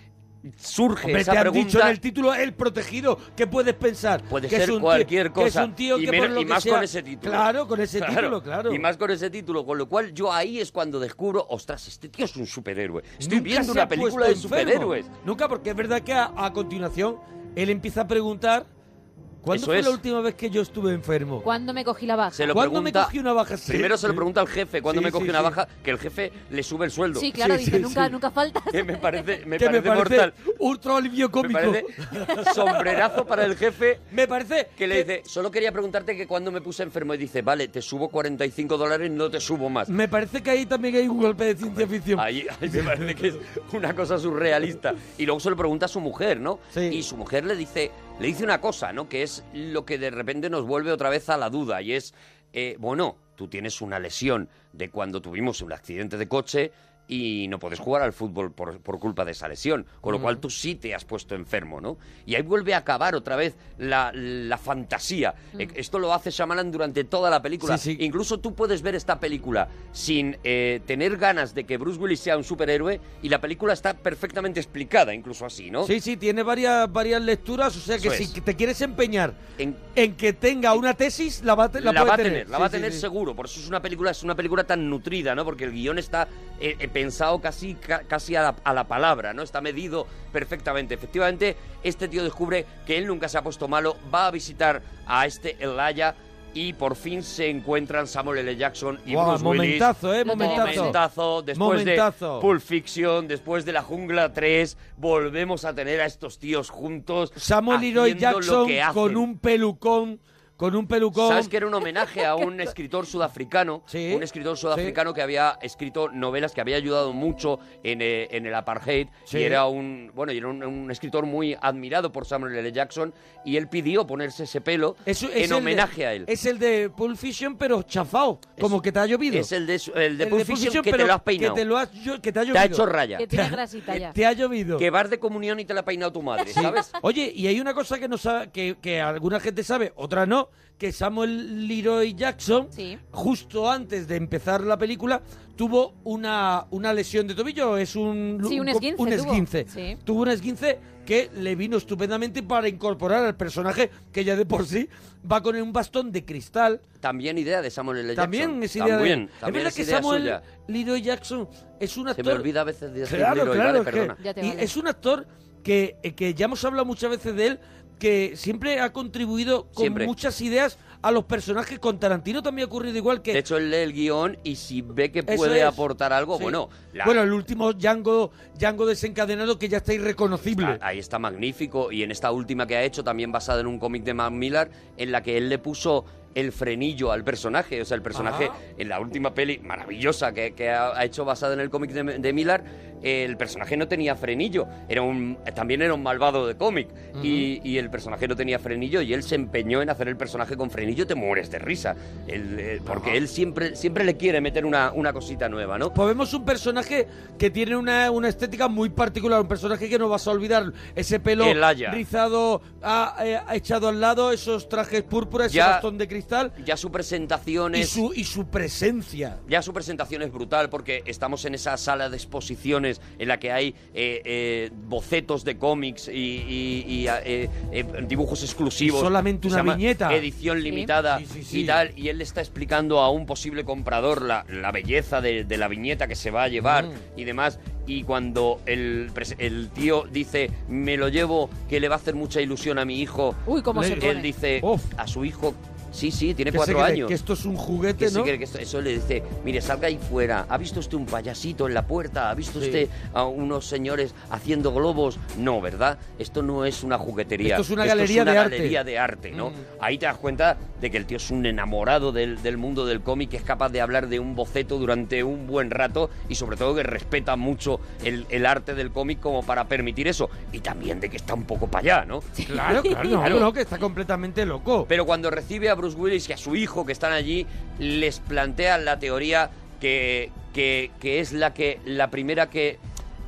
surge Hombre, esa te han pregunta. dicho en el título El Protegido. ¿Qué puedes pensar? Puede que ser es un cualquier tío, que cosa. es un tío y que menos- por lo y que más sea- con ese título. Claro, con ese título, claro. Y más con ese título, con lo cual yo ahí es cuando descubro, ostras, este tío es un superhéroe. Estoy Nunca viendo se una ha película de puesto enfermo. superhéroes. Nunca, porque es verdad que a, a continuación él empieza a preguntar ¿cuándo Eso fue es. la última vez que yo estuve enfermo? ¿Cuándo me cogí la baja? Se lo ¿Cuándo me pregunta, cogí una baja? Sí, primero se lo sí. pregunta al jefe, cuando Sí, me cogí sí, una sí. baja, que el jefe le sube el sueldo. Sí, claro, Sí, dice, sí, nunca, sí. nunca faltas. Que me parece, me que parece, me parece mortal. ultra alivio Me cómico. parece sombrerazo para el jefe Me parece que le dice, solo quería preguntarte que cuando me puse enfermo, y dice, vale, te subo cuarenta y cinco dólares, no te subo más. Me parece que ahí también hay un golpe de ciencia ficción. Ahí, ahí me parece que es una cosa surrealista. Y luego se lo pregunta a su mujer, ¿no? Sí. Y su mujer le dice, le dice una cosa, ¿no? Que es lo que de repente nos vuelve otra vez a la duda. Y es, eh, bueno, tú tienes una lesión de cuando tuvimos un accidente de coche y no puedes jugar al fútbol por, por culpa de esa lesión, con lo cual tú sí te has puesto enfermo, ¿no? Y ahí vuelve a acabar otra vez la, la fantasía. Eh, Esto lo hace Shyamalan durante toda la película. Sí, sí. Incluso tú puedes ver esta película sin eh, tener ganas de que Bruce Willis sea un superhéroe y la película está perfectamente explicada, incluso así, ¿no? Sí, sí, tiene varias, varias lecturas, o sea que Eso si es. te quieres empeñar En- en que tenga una tesis, la va, a te- la la, puede va a tener. tener, la Sí, va a sí, tener sí. seguro. Por eso es una película, es una película tan nutrida, ¿no? Porque el guión está eh, eh, pensado casi, ca- casi a la, a la palabra, ¿no? Está medido perfectamente. Efectivamente, este tío descubre que él nunca se ha puesto malo, va a visitar a este Elijah y por fin se encuentran Samuel L. Jackson y Guau, Bruce Willis. momentazo, eh, Lo momentazo. Momentazo, después Momentazo. de Pulp Fiction, después de La Jungla tres, volvemos a tener a estos tíos juntos. Samuel Leroy haciendo lo Jackson que hacen. con un pelucón, con un pelucón. ¿Sabes que era un homenaje a un escritor sudafricano? Sí, Un escritor sudafricano que había escrito novelas que había ayudado mucho en, eh, en el apartheid. Sí. Y era un bueno, y era un, un escritor muy admirado por Samuel L. Jackson. Y él pidió ponerse ese pelo Eso es en el de- homenaje a él. Es el de Pulp Fiction, pero chafao, como que te ha llovido. Es el de, su- el de El Pulp Fiction que pero te lo has peinado. Que te, lo has, llo- que te ha Te llovido. ha hecho raya. Que tiene grasita ya. Te ha llovido. Que vas de comunión y te la ha peinado tu madre, Sí. ¿sabes? Oye, y hay una cosa que no sabe, que, que alguna gente sabe, otra no, que Samuel Leroy Jackson, Sí. justo antes de empezar la película, tuvo una, una lesión de tobillo, es un, Sí, un esguince un tuvo. esguince. Sí. Tuvo un esguince que le vino estupendamente para incorporar al personaje que ya de por sí va con un bastón de cristal. También idea de Samuel L. Jackson. También es idea También, de... Es también verdad es que idea Samuel suya. Leroy Jackson es un Se actor... me olvida a veces de decir Claro, Leroy, claro, vale, es que- perdona. Ya te y vale. es un actor que, eh, que ya hemos hablado muchas veces de él, que siempre ha contribuido con Siempre. muchas ideas a los personajes. Con Tarantino también ha ocurrido igual que... De hecho, él lee el guión y si ve que Eso puede es. aportar algo, Sí. bueno... la- Bueno, el último Django, Django desencadenado, que ya está irreconocible. Ah, ahí está magnífico. Y en esta última que ha hecho, también basada en un cómic de Matt Miller, en la que él le puso el frenillo al personaje. O sea, el personaje, Ah. en la última peli maravillosa que, que ha, ha hecho basada en el cómic de, de Miller, el personaje no tenía frenillo. Era un, también era un malvado de cómic. y, y el personaje no tenía frenillo y él se empeñó en hacer el personaje con frenillo. Te mueres de risa. Él, eh, porque él siempre, siempre le quiere meter una, una cosita nueva, ¿no? Pues vemos un personaje que tiene una, una estética muy particular, un personaje que no vas a olvidar, ese pelo Elijah. rizado, ha, eh, ha echado al lado, esos trajes púrpura, ese Ya- bastón de cristal Ya su presentación y es... su, y su presencia. Ya su presentación es brutal porque estamos en esa sala de exposiciones en la que hay eh, eh, bocetos de cómics y, y- y, eh, eh, dibujos exclusivos. Y solamente Se una llama viñeta. Edición Sí. limitada Sí, sí, sí. y tal. Y él le está explicando a un posible comprador la, la belleza de, de la viñeta que se va a llevar Mm. y demás. Y cuando el, pres- el tío dice, me lo llevo, que le va a hacer mucha ilusión a mi hijo, Uy, cómo Le- se él pone. dice Uf. a su hijo, sí, sí, tiene Que se cuatro cree años. que esto es un juguete, Que se ¿no? cree que esto- eso le dice, mire, salga ahí fuera. ¿Ha visto usted un payasito en la puerta? ¿Ha visto Sí. usted a unos señores haciendo globos? No, ¿verdad? Esto no es una juguetería. Esto es una galería una de arte. galería de arte, ¿no? Mm. Ahí te das cuenta de que el tío es un enamorado del, del mundo del cómic, que es capaz de hablar de un boceto durante un buen rato y sobre todo que respeta mucho el, el arte del cómic como para permitir eso. Y también de que está un poco para allá, ¿no? Claro, claro, no, Claro. no, que está completamente loco. Pero cuando recibe a Bruce Willis y a su hijo que están allí, les plantea la teoría que, que, que es la que la primera que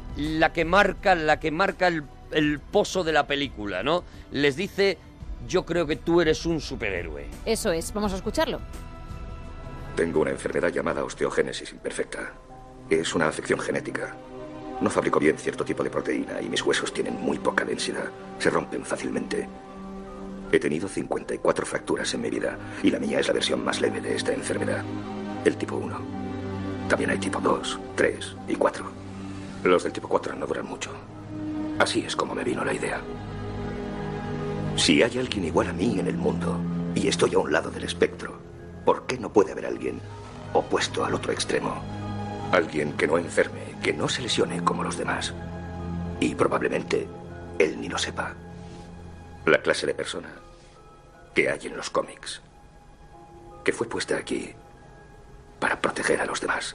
la que marca la que marca el, el pozo de la película, ¿no? Les dice, yo creo que tú eres un superhéroe. Eso es, vamos a escucharlo. Tengo una enfermedad llamada osteogénesis imperfecta. Es una afección genética. No fabrico bien cierto tipo de proteína y mis huesos tienen muy poca densidad. Se rompen fácilmente. He tenido cincuenta y cuatro fracturas en mi vida y la mía es la versión más leve de esta enfermedad, el tipo uno. También hay tipo dos, tres y cuatro. Los del tipo cuatro no duran mucho. Así es como me vino la idea. Si hay alguien igual a mí en el mundo y estoy a un lado del espectro, ¿por qué no puede haber alguien opuesto al otro extremo? Alguien que no enferme, que no se lesione como los demás. Y probablemente él ni lo sepa. La clase de persona que hay en los cómics, que fue puesta aquí para proteger a los demás.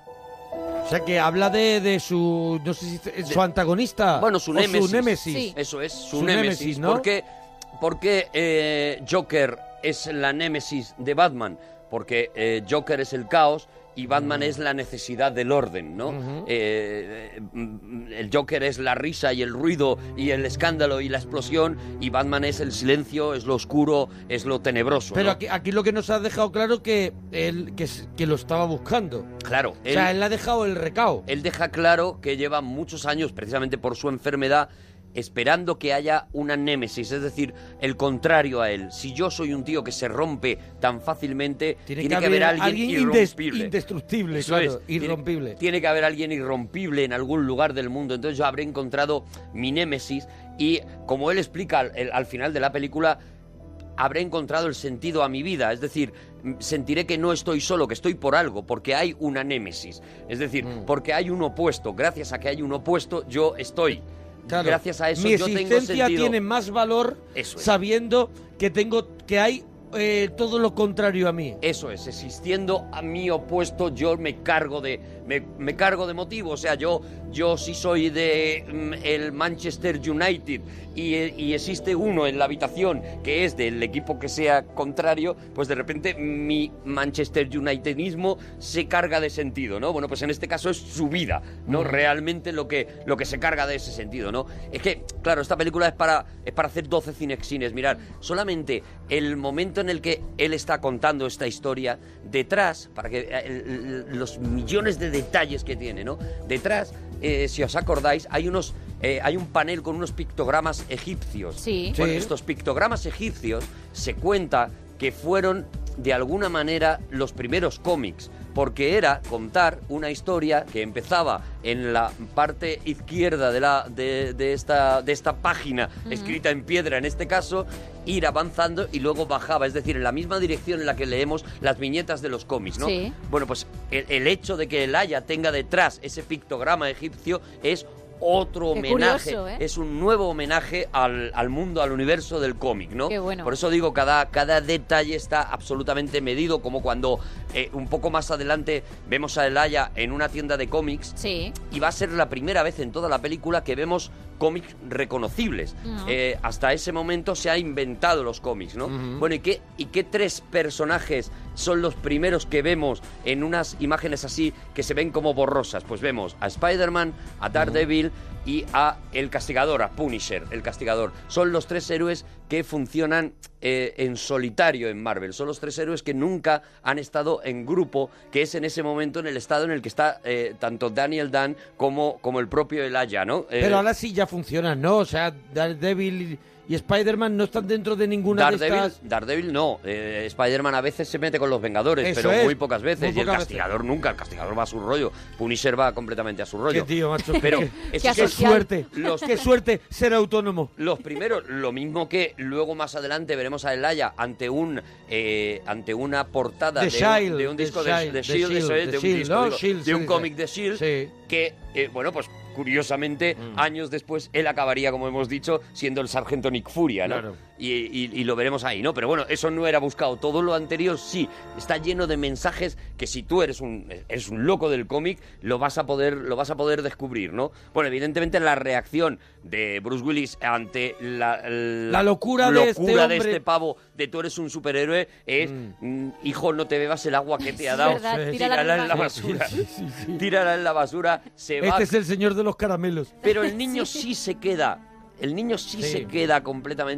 O sea, que habla de, de su, no sé si es su antagonista. Bueno, su o némesis. Su némesis. Sí. Eso es, su, Su némesis. némesis, ¿no? Porque, porque eh, Joker es la némesis de Batman. Porque eh, Joker es el caos y Batman mm. es la necesidad del orden, ¿no? Uh-huh. eh, el Joker es la risa y el ruido y el escándalo y la explosión, y Batman es el silencio, es lo oscuro, es lo tenebroso. Pero ¿no? aquí, aquí lo que nos ha dejado claro que él que, que lo estaba buscando. Claro. Él, o sea, él ha dejado el recao. Él deja claro que lleva muchos años, precisamente por su enfermedad, esperando que haya una némesis, es decir, el contrario a él. Si yo soy un tío que se rompe tan fácilmente, tiene, tiene que, que haber alguien, alguien irrompible. Indestructible, Eso claro, es, irrompible. Tiene, tiene que haber alguien irrompible en algún lugar del mundo. Entonces yo habré encontrado mi némesis y, como él explica al, el, al final de la película, habré encontrado el sentido a mi vida. Es decir, sentiré que no estoy solo, que estoy por algo, porque hay una némesis. Es decir, mm. porque hay un opuesto. Gracias a que hay un opuesto, yo estoy. Claro. Gracias a eso mi yo tengo existencia sentido. Tiene más valor eso es. Sabiendo que tengo que hay eh, todo lo contrario a mí. Eso es, existiendo a mi opuesto, yo me cargo de me, me cargo de motivo. O sea, yo yo sí soy de mm, el Manchester United y, y existe uno en la habitación que es del equipo que sea contrario, pues de repente mi Manchester Unitedismo se carga de sentido, ¿no? Bueno, pues en este caso es su vida, ¿no? Mm. Realmente lo que lo que se carga de ese sentido, ¿no? Es que, claro, esta película es para es para hacer doce cinexines. Mirad, solamente el momento en el que él está contando esta historia, detrás, para que el, el, los millones de detalles que tiene, ¿no? Detrás, eh, si os acordáis, hay unos eh, hay un panel con unos pictogramas egipcios. Sí. Bueno, Sí. estos pictogramas egipcios se cuenta que fueron de alguna manera los primeros cómics, porque era contar una historia que empezaba en la parte izquierda de la de, de esta de esta página, uh-huh. escrita en piedra en este caso, ir avanzando y luego bajaba, es decir, en la misma dirección en la que leemos las viñetas de los cómics, ¿no? Sí. Bueno, pues el, el hecho de que el Haya tenga detrás ese pictograma egipcio es otro Qué homenaje, curioso, ¿eh? es un nuevo homenaje al, al mundo, al universo del cómic, ¿no? Qué bueno. Por eso digo, cada, cada detalle está absolutamente medido, como cuando eh, un poco más adelante vemos a El Haya en una tienda de cómics, sí. y va a ser la primera vez en toda la película que vemos cómics reconocibles. Uh-huh. Eh, hasta ese momento se ha inventado los cómics, ¿no? Uh-huh. Bueno, ¿y qué, ¿y qué tres personajes son los primeros que vemos en unas imágenes así que se ven como borrosas? Pues vemos a Spider-Man, a Daredevil uh-huh. y a El Castigador, a Punisher, el Castigador. Son los tres héroes que funcionan eh, en solitario en Marvel. Son los tres héroes que nunca han estado en grupo, que es en ese momento en el estado en el que está eh, tanto Daniel Dan como, como el propio El Haya, ¿no? Eh, Pero ahora sí ya funcionan, ¿no? O sea, Daredevil y Spider-Man no están dentro de ninguna Daredevil, de estas... Daredevil no. Eh, Spider-Man a veces se mete con los Vengadores, Eso pero es, muy pocas veces. muy y el pocas Castigador veces. Nunca. El Castigador va a su rollo. Punisher va completamente a su rollo. Qué tío, macho. Pero qué, esos qué son suerte. Los, qué suerte ser autónomo. Los primeros, lo mismo que luego más adelante veremos a El Haya ante un eh, ante una portada The de, Shield, un, de un disco The de, Shield, de The Shield, eso es, The de un, Shield, disco, ¿no? digo, Shield, de un sí, cómic sí. de Shield, Sí. que, eh, bueno, pues curiosamente, mm. años después, él acabaría, como hemos dicho, siendo el sargento Nick Furia, ¿no? Claro. Y, y, y lo veremos ahí, ¿no? Pero bueno, eso no era buscado. Todo lo anterior sí, está lleno de mensajes que si tú eres un eres un loco del cómic, lo vas a poder lo vas a poder descubrir, ¿no? Bueno, evidentemente la reacción de Bruce Willis ante la, la, la locura, locura de, este hombre. de este pavo de tú eres un superhéroe es, mm. hijo, no te bebas el agua que te ha dado. Es verdad, sí, tírala, tírala en la basura. Sí, sí, sí. Tírala en la basura. Se este va. es el señor de los caramelos. Pero el niño sí, sí se queda. El niño sí, sí se queda completamente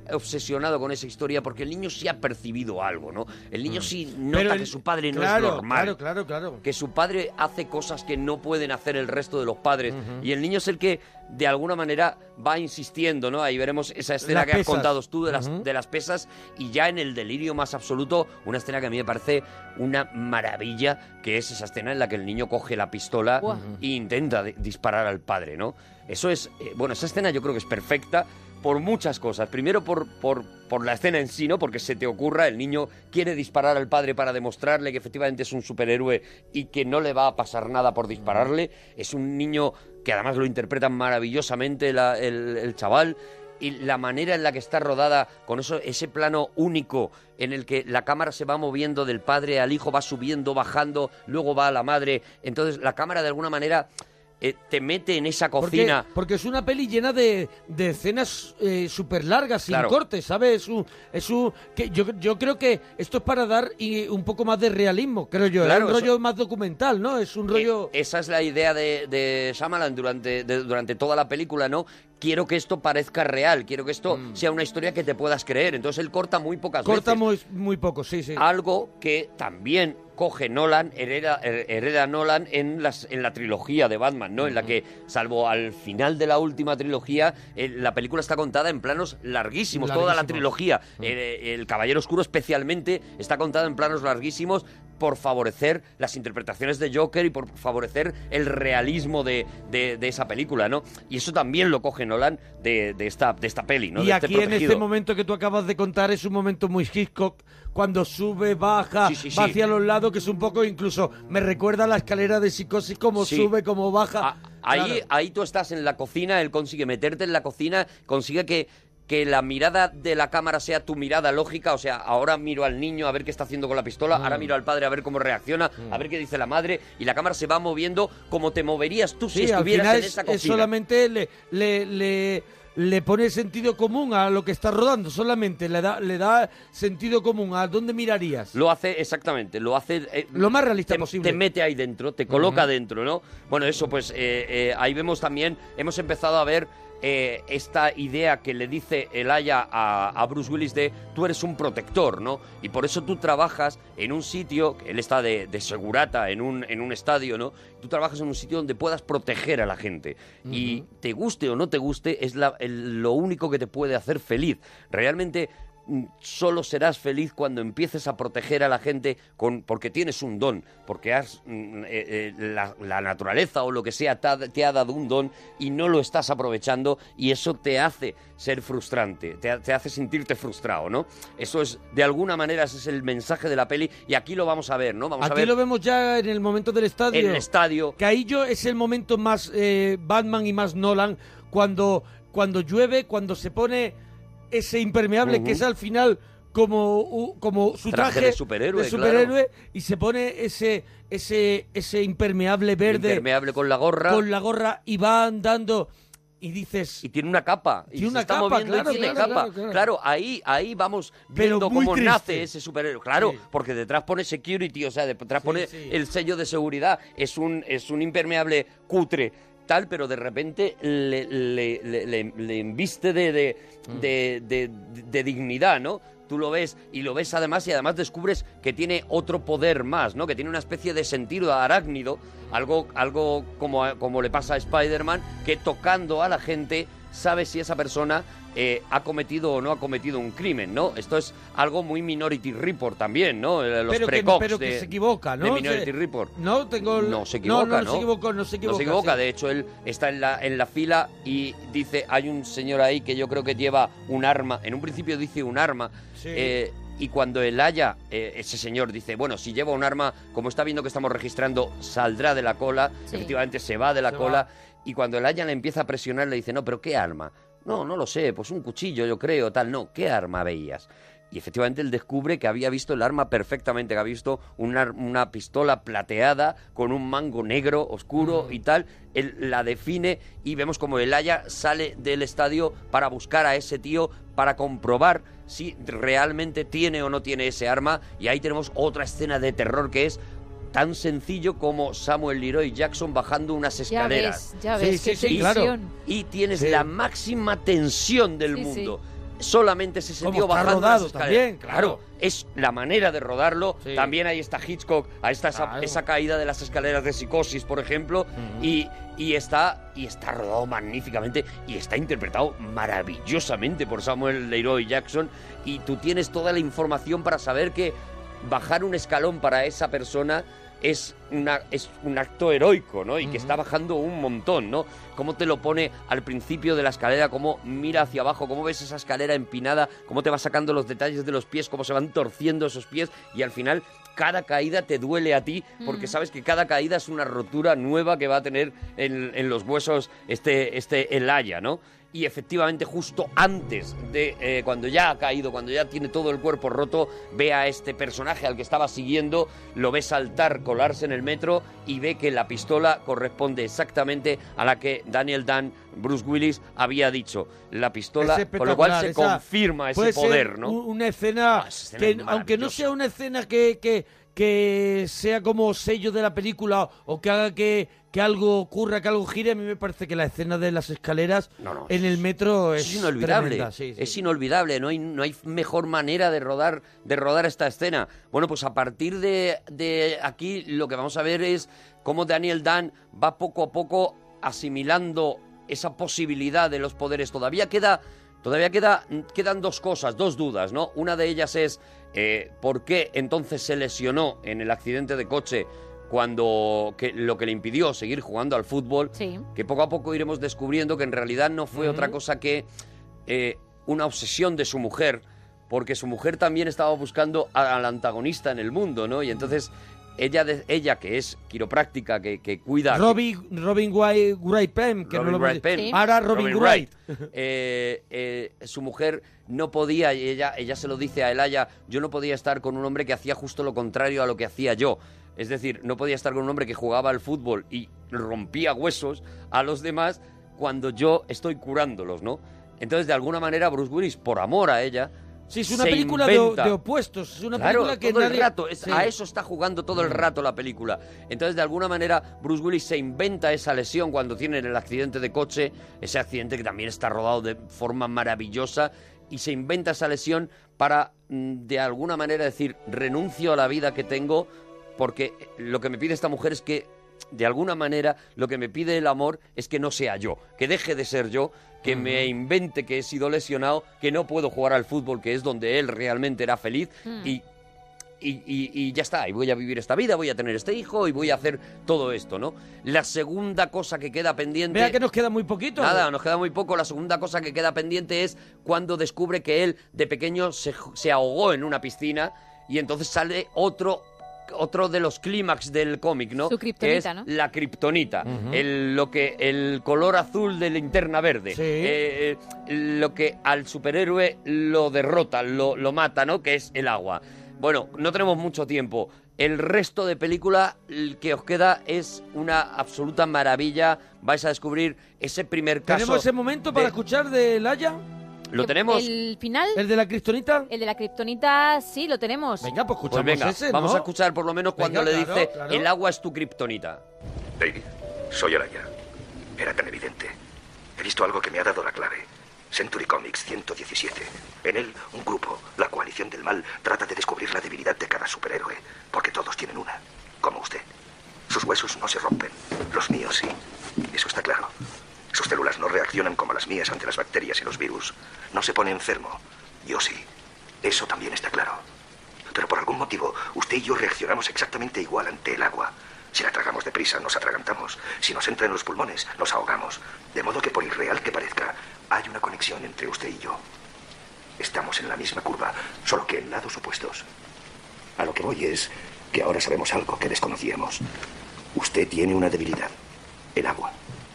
obsesionado con esa historia porque el niño sí ha percibido algo, ¿no? El niño sí Pero nota el- que su padre no claro, es normal. Claro, claro, claro. Que su padre hace cosas que no pueden hacer el resto de los padres. Ujú. Y el niño es el que, de alguna manera, va insistiendo, ¿no? Ahí veremos esa escena Las que has pesas. contado tú de las, Ujú. de las pesas. Y ya en el delirio más absoluto, una escena que a mí me parece una maravilla, que es esa escena en la que el niño coge la pistola Buah. e intenta di- disparar al padre, ¿no? Eso es... eh, bueno, esa escena yo creo que es perfecta por muchas cosas. Primero por, por, por la escena en sí, ¿no? Porque se te ocurra, el niño quiere disparar al padre para demostrarle que efectivamente es un superhéroe y que no le va a pasar nada por dispararle. Es un niño que además lo interpreta maravillosamente la- el, el chaval. Y la manera en la que está rodada, con eso, ese plano único en el que la cámara se va moviendo del padre al hijo, va subiendo, bajando, luego va a la madre. Entonces la cámara de alguna manera eh, te mete en esa Porque, cocina. porque es una peli llena de, de escenas eh, súper largas, sin Claro. cortes, ¿sabes? Es un, es un, que yo, yo creo que esto es para dar y un poco más de realismo, creo yo. Claro, es un eso- rollo más documental, ¿no? Es un rollo... Eh, esa es la idea de, de Shyamalan durante, de- durante toda la película, ¿no? Quiero que esto parezca real, quiero que esto sea una historia que te puedas creer. Entonces él corta muy pocas corta veces. muy, muy poco, sí, sí. Algo que también coge Nolan, hereda, her- hereda Nolan en, las, en la trilogía de Batman, ¿no? En la que, salvo al final de la última trilogía, eh, la película está contada en planos larguísimos, toda la Larguísimos. trilogía. Eh, el Caballero Oscuro especialmente está contada en planos larguísimos por favorecer las interpretaciones de Joker y por favorecer el realismo de, de- de esa película, ¿no? Y eso también lo coge Nolan de, de esta, de esta peli, ¿no? Y De este aquí en Protegido. este momento que tú acabas de contar es un momento muy Hitchcock, cuando sube, baja, Sí, sí, sí. va hacia los lados, que es un poco incluso, me recuerda a la escalera de Psicosis, cómo Sí. sube, cómo baja. A- ahí, Claro. ahí tú estás en la cocina, él consigue meterte en la cocina, consigue que, que la mirada de la cámara sea tu mirada lógica, o sea, ahora miro al niño a ver qué está haciendo con la pistola, Mm. ahora miro al padre a ver cómo reacciona, a ver qué dice la madre, y la cámara se va moviendo como te moverías tú si Sí, al estuvieras final en es, esa es cocina. solamente le, le, le, le pone sentido común a lo que está rodando, solamente le da, le da sentido común a dónde mirarías. Lo hace, exactamente, lo hace... eh, Lo más realista te, posible. Te mete ahí dentro, te coloca Ujú. dentro, ¿no? Bueno, eso, pues eh, eh, ahí vemos también, hemos empezado a ver eh, esta idea que le dice Elijah a, a Bruce Willis de tú eres un protector, ¿no? Y por eso tú trabajas en un sitio, que él está de, de segurata en un, en un estadio, ¿no? Tú trabajas en un sitio donde puedas proteger a la gente. Y te guste o no te guste, es la- el- lo único que te puede hacer feliz. Realmente mm, solo serás feliz cuando empieces a proteger a la gente con, porque tienes un don, porque has mm, eh, eh, la, la naturaleza o lo que sea te ha, te ha dado un don y no lo estás aprovechando y eso te hace ser frustrante, te, ha- te hace sentirte frustrado, ¿no? Eso es, de alguna manera, ese es el mensaje de la peli y aquí lo vamos a ver, ¿no? Vamos a Aquí ver lo vemos ya en el momento del estadio. en el estadio. Que ahí yo es el momento más eh, Batman y más Nolan, cuando, cuando llueve, cuando se pone ese impermeable Ujú. que es al final como, u- como su Traje traje, de superhéroe, superhéroe, y se pone ese, ese, ese impermeable verde Impermeable con la gorra. con la gorra y va andando y dices... Y tiene una capa. Y Tiene se una está capa, moviendo y claro, tiene claro, capa. claro, claro. ahí, ahí vamos Pero viendo muy cómo triste. nace ese superhéroe. Claro, Sí. porque detrás pone security, o sea, detrás Sí, pone sí. el sello de seguridad. Es un, es un impermeable cutre, tal, pero de repente le, le, le, le- le embiste de, de, Mm. de, de- de dignidad, ¿no? Tú lo ves y lo ves además y además descubres que tiene otro poder más, ¿no? Que tiene una especie de sentido arácnido, algo, algo como, a- como le pasa a Spider-Man, que tocando a la gente sabe si esa persona eh, ha cometido o no ha cometido un crimen, ¿no? Esto es algo muy Minority Report también, ¿no? Eh, Los pero que, precox pero que de, se equivoca, ¿no? de Minority Se- Report. No, tengo... el- No se equivoca, no, ¿no? no se equivocó, no se equivoca. No se equivoca, sí. de hecho él está en la, en la fila y dice, hay un señor ahí que yo creo que lleva un arma, en un principio dice un arma, Sí. eh, y cuando él haya, eh, ese señor dice, bueno, si lleva un arma, como está viendo que estamos registrando, saldrá de la cola, Sí. efectivamente se va de la Se cola, va. y cuando el haya le empieza a presionar, le dice, no, pero ¿qué arma? No, no lo sé, pues un cuchillo yo creo, tal, no, ¿qué arma veías? Y efectivamente él descubre que había visto el arma perfectamente, que había visto una, una pistola plateada con un mango negro oscuro y tal. Él la define y vemos como el Aya sale del estadio para buscar a ese tío, para comprobar si realmente tiene o no tiene ese arma. Y ahí tenemos otra escena de terror que es tan sencillo como Samuel Leroy Jackson bajando unas Ya escaleras. ves, ya Sí, ves, sí, qué sí, claro. tensión. Y tienes Sí. la máxima tensión del Sí, mundo. solamente es ese Como tío está bajando rodado las escaleras. también, claro. Es la manera de rodarlo. Sí. También ahí está Hitchcock, ahí está esa, Claro. esa caída de las escaleras de Psicosis, por ejemplo, Ujú. y, y está y está rodado magníficamente y está interpretado maravillosamente por Samuel Leroy Jackson, y tú tienes toda la información para saber que bajar un escalón para esa persona es, una, es un acto heroico, ¿no? Y que está bajando un montón, ¿no? Cómo te lo pone al principio de la escalera, cómo mira hacia abajo, cómo ves esa escalera empinada, cómo te va sacando los detalles de los pies, cómo se van torciendo esos pies, y al final cada caída te duele a ti, porque Mm. sabes que cada caída es una rotura nueva que va a tener en, en los huesos este, este Elijah, ¿no? Y efectivamente justo antes de eh, cuando ya ha caído, cuando ya tiene todo el cuerpo roto, ve a este personaje al que estaba siguiendo, lo ve saltar, colarse en el metro y ve que la pistola corresponde exactamente a la que Daniel Dan, Bruce Willis, había dicho. La pistola, Es con lo cual se espectacular, esa confirma ese puede ser poder, ¿no? un- Una escena, Ah, esa escena que, es aunque no maravillosa. sea una escena que, que, que sea como sello de la película o que haga que, que algo ocurra, que algo gire, a mí me parece que la escena de las escaleras No, no, en el metro es, Es inolvidable, tremenda, sí, sí. es inolvidable, no hay, no hay mejor manera de rodar, de rodar esta escena. Bueno, pues a partir de, de aquí lo que vamos a ver es cómo Daniel Dan va poco a poco asimilando esa posibilidad de los poderes. Todavía queda, todavía queda, quedan dos cosas, dos dudas, ¿no? Una de ellas es eh, por qué entonces se lesionó en el accidente de coche cuando que, lo que le impidió seguir jugando al fútbol, Sí. que poco a poco iremos descubriendo que en realidad no fue Ujú. otra cosa que eh, una obsesión de su mujer, porque su mujer también estaba buscando a- al antagonista en el mundo, ¿no? Y entonces ella, de- ella que es quiropráctica, que, que cuida... Robin, Robin Wright, Wright Penn, que Robin no lo Wright Penn. Sí. Ahora Robin, Wright. Eh, eh, su mujer no podía, y ella, ella se lo dice a Elijah, yo no podía estar con un hombre que hacía justo lo contrario a lo que hacía yo. Es decir, no podía estar con un hombre que jugaba al fútbol y rompía huesos a los demás cuando yo estoy curándolos, ¿no? Entonces, de alguna manera, Bruce Willis, por amor a ella... Sí, es una se película de, inventa- de opuestos. Es una Claro, película que todo nadie... el rato, es- Sí. a eso está jugando todo el rato la película. Entonces, de alguna manera, Bruce Willis se inventa esa lesión cuando tienen el accidente de coche, ese accidente que también está rodado de forma maravillosa, y se inventa esa lesión para, mm, de alguna manera, decir, renuncio a la vida que tengo, porque lo que me pide esta mujer es que, de alguna manera, lo que me pide el amor es que no sea yo, que deje de ser yo, que me invente que he sido lesionado, que no puedo jugar al fútbol, que es donde él realmente era feliz, Mm. y, y, y- y ya está, y voy a vivir esta vida, voy a tener este hijo, y voy a hacer todo esto, ¿no? La segunda cosa que queda pendiente... Vea que nos queda muy poquito. Nada, nos queda muy poco. La segunda cosa que queda pendiente es cuando descubre que él, de pequeño, se, se ahogó en una piscina, y entonces sale otro... otro de los clímax del cómic, ¿no? Su Que es kriptonita, ¿no? la kriptonita, Ujú. el, lo que, el color azul de linterna verde, Sí. eh, lo que al superhéroe lo derrota, lo, lo mata, ¿no? Que es el agua. Bueno, no tenemos mucho tiempo. El resto de película l- que os queda es una absoluta maravilla. Vais a descubrir ese primer caso. ¿Tenemos ese momento para de- escuchar de Laia? ¿Lo tenemos? El final, ¿El de la Cristonita? el de la kriptonita, sí, lo tenemos. Venga, pues Pues escuchamos venga, ese, ¿no? vamos a escuchar por lo menos cuando Venga, le claro, dice claro. el agua es tu kriptonita. David, soy Araya. Era tan evidente. He visto algo que me ha dado la clave. Century Comics ciento diecisiete. En él, un grupo, la coalición del mal, trata de descubrir la debilidad de cada superhéroe, porque todos tienen una, como usted. Sus huesos no se rompen, los míos sí. Eso está claro. Sus células no reaccionan como las mías ante las bacterias y los virus. No se pone enfermo. Yo sí. Eso también está claro. Pero por algún motivo, usted y yo reaccionamos exactamente igual ante el agua. Si la tragamos deprisa, nos atragantamos. Si nos entra en los pulmones, nos ahogamos. De modo que, por irreal que parezca, hay una conexión entre usted y yo. Estamos en la misma curva, solo que en lados opuestos. A lo que voy es que ahora sabemos algo que desconocíamos. Usted tiene una debilidad. El agua.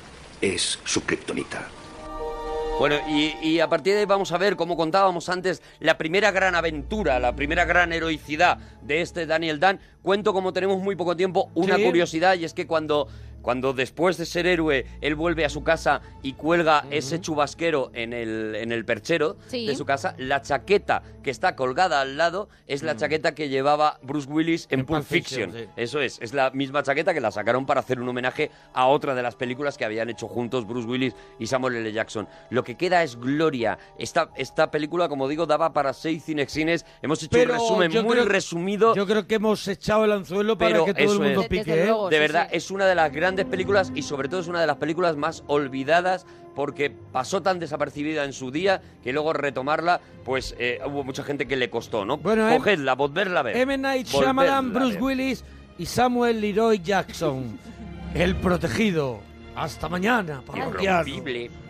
Es su kriptonita. Bueno, y, y a partir de ahí vamos a ver, como contábamos antes, la primera gran aventura, la primera gran heroicidad de este Daniel Dan. Cuento, como tenemos muy poco tiempo, una Sí. curiosidad, y es que cuando cuando después de ser héroe él vuelve a su casa y cuelga uh-huh. ese chubasquero en el, en el perchero sí. de su casa, la chaqueta que está colgada al lado es la uh-huh. chaqueta que llevaba Bruce Willis en, en Pulp Fiction. Fiction sí. Eso es, es la misma chaqueta que la sacaron para hacer un homenaje a otra de las películas que habían hecho juntos Bruce Willis y Samuel L. Jackson. Lo que queda es gloria. Esta, esta película, como digo, daba para seis cinexines. Hemos hecho Pero un resumen muy creo, resumido. Yo creo que hemos echado el anzuelo para que todo el mundo es. pique. De, ¿eh? luego, de sí, verdad, sí. es una de las grandes películas y sobre todo es una de las películas más olvidadas porque pasó tan desapercibida en su día que luego retomarla, pues eh, hubo mucha gente que le costó, ¿no? Bueno, Cogedla, volverla a ver. M. Night Shyamalan, Bruce Willis y Samuel Leroy Jackson. El protegido. Hasta mañana, parroquiano. Irrompible.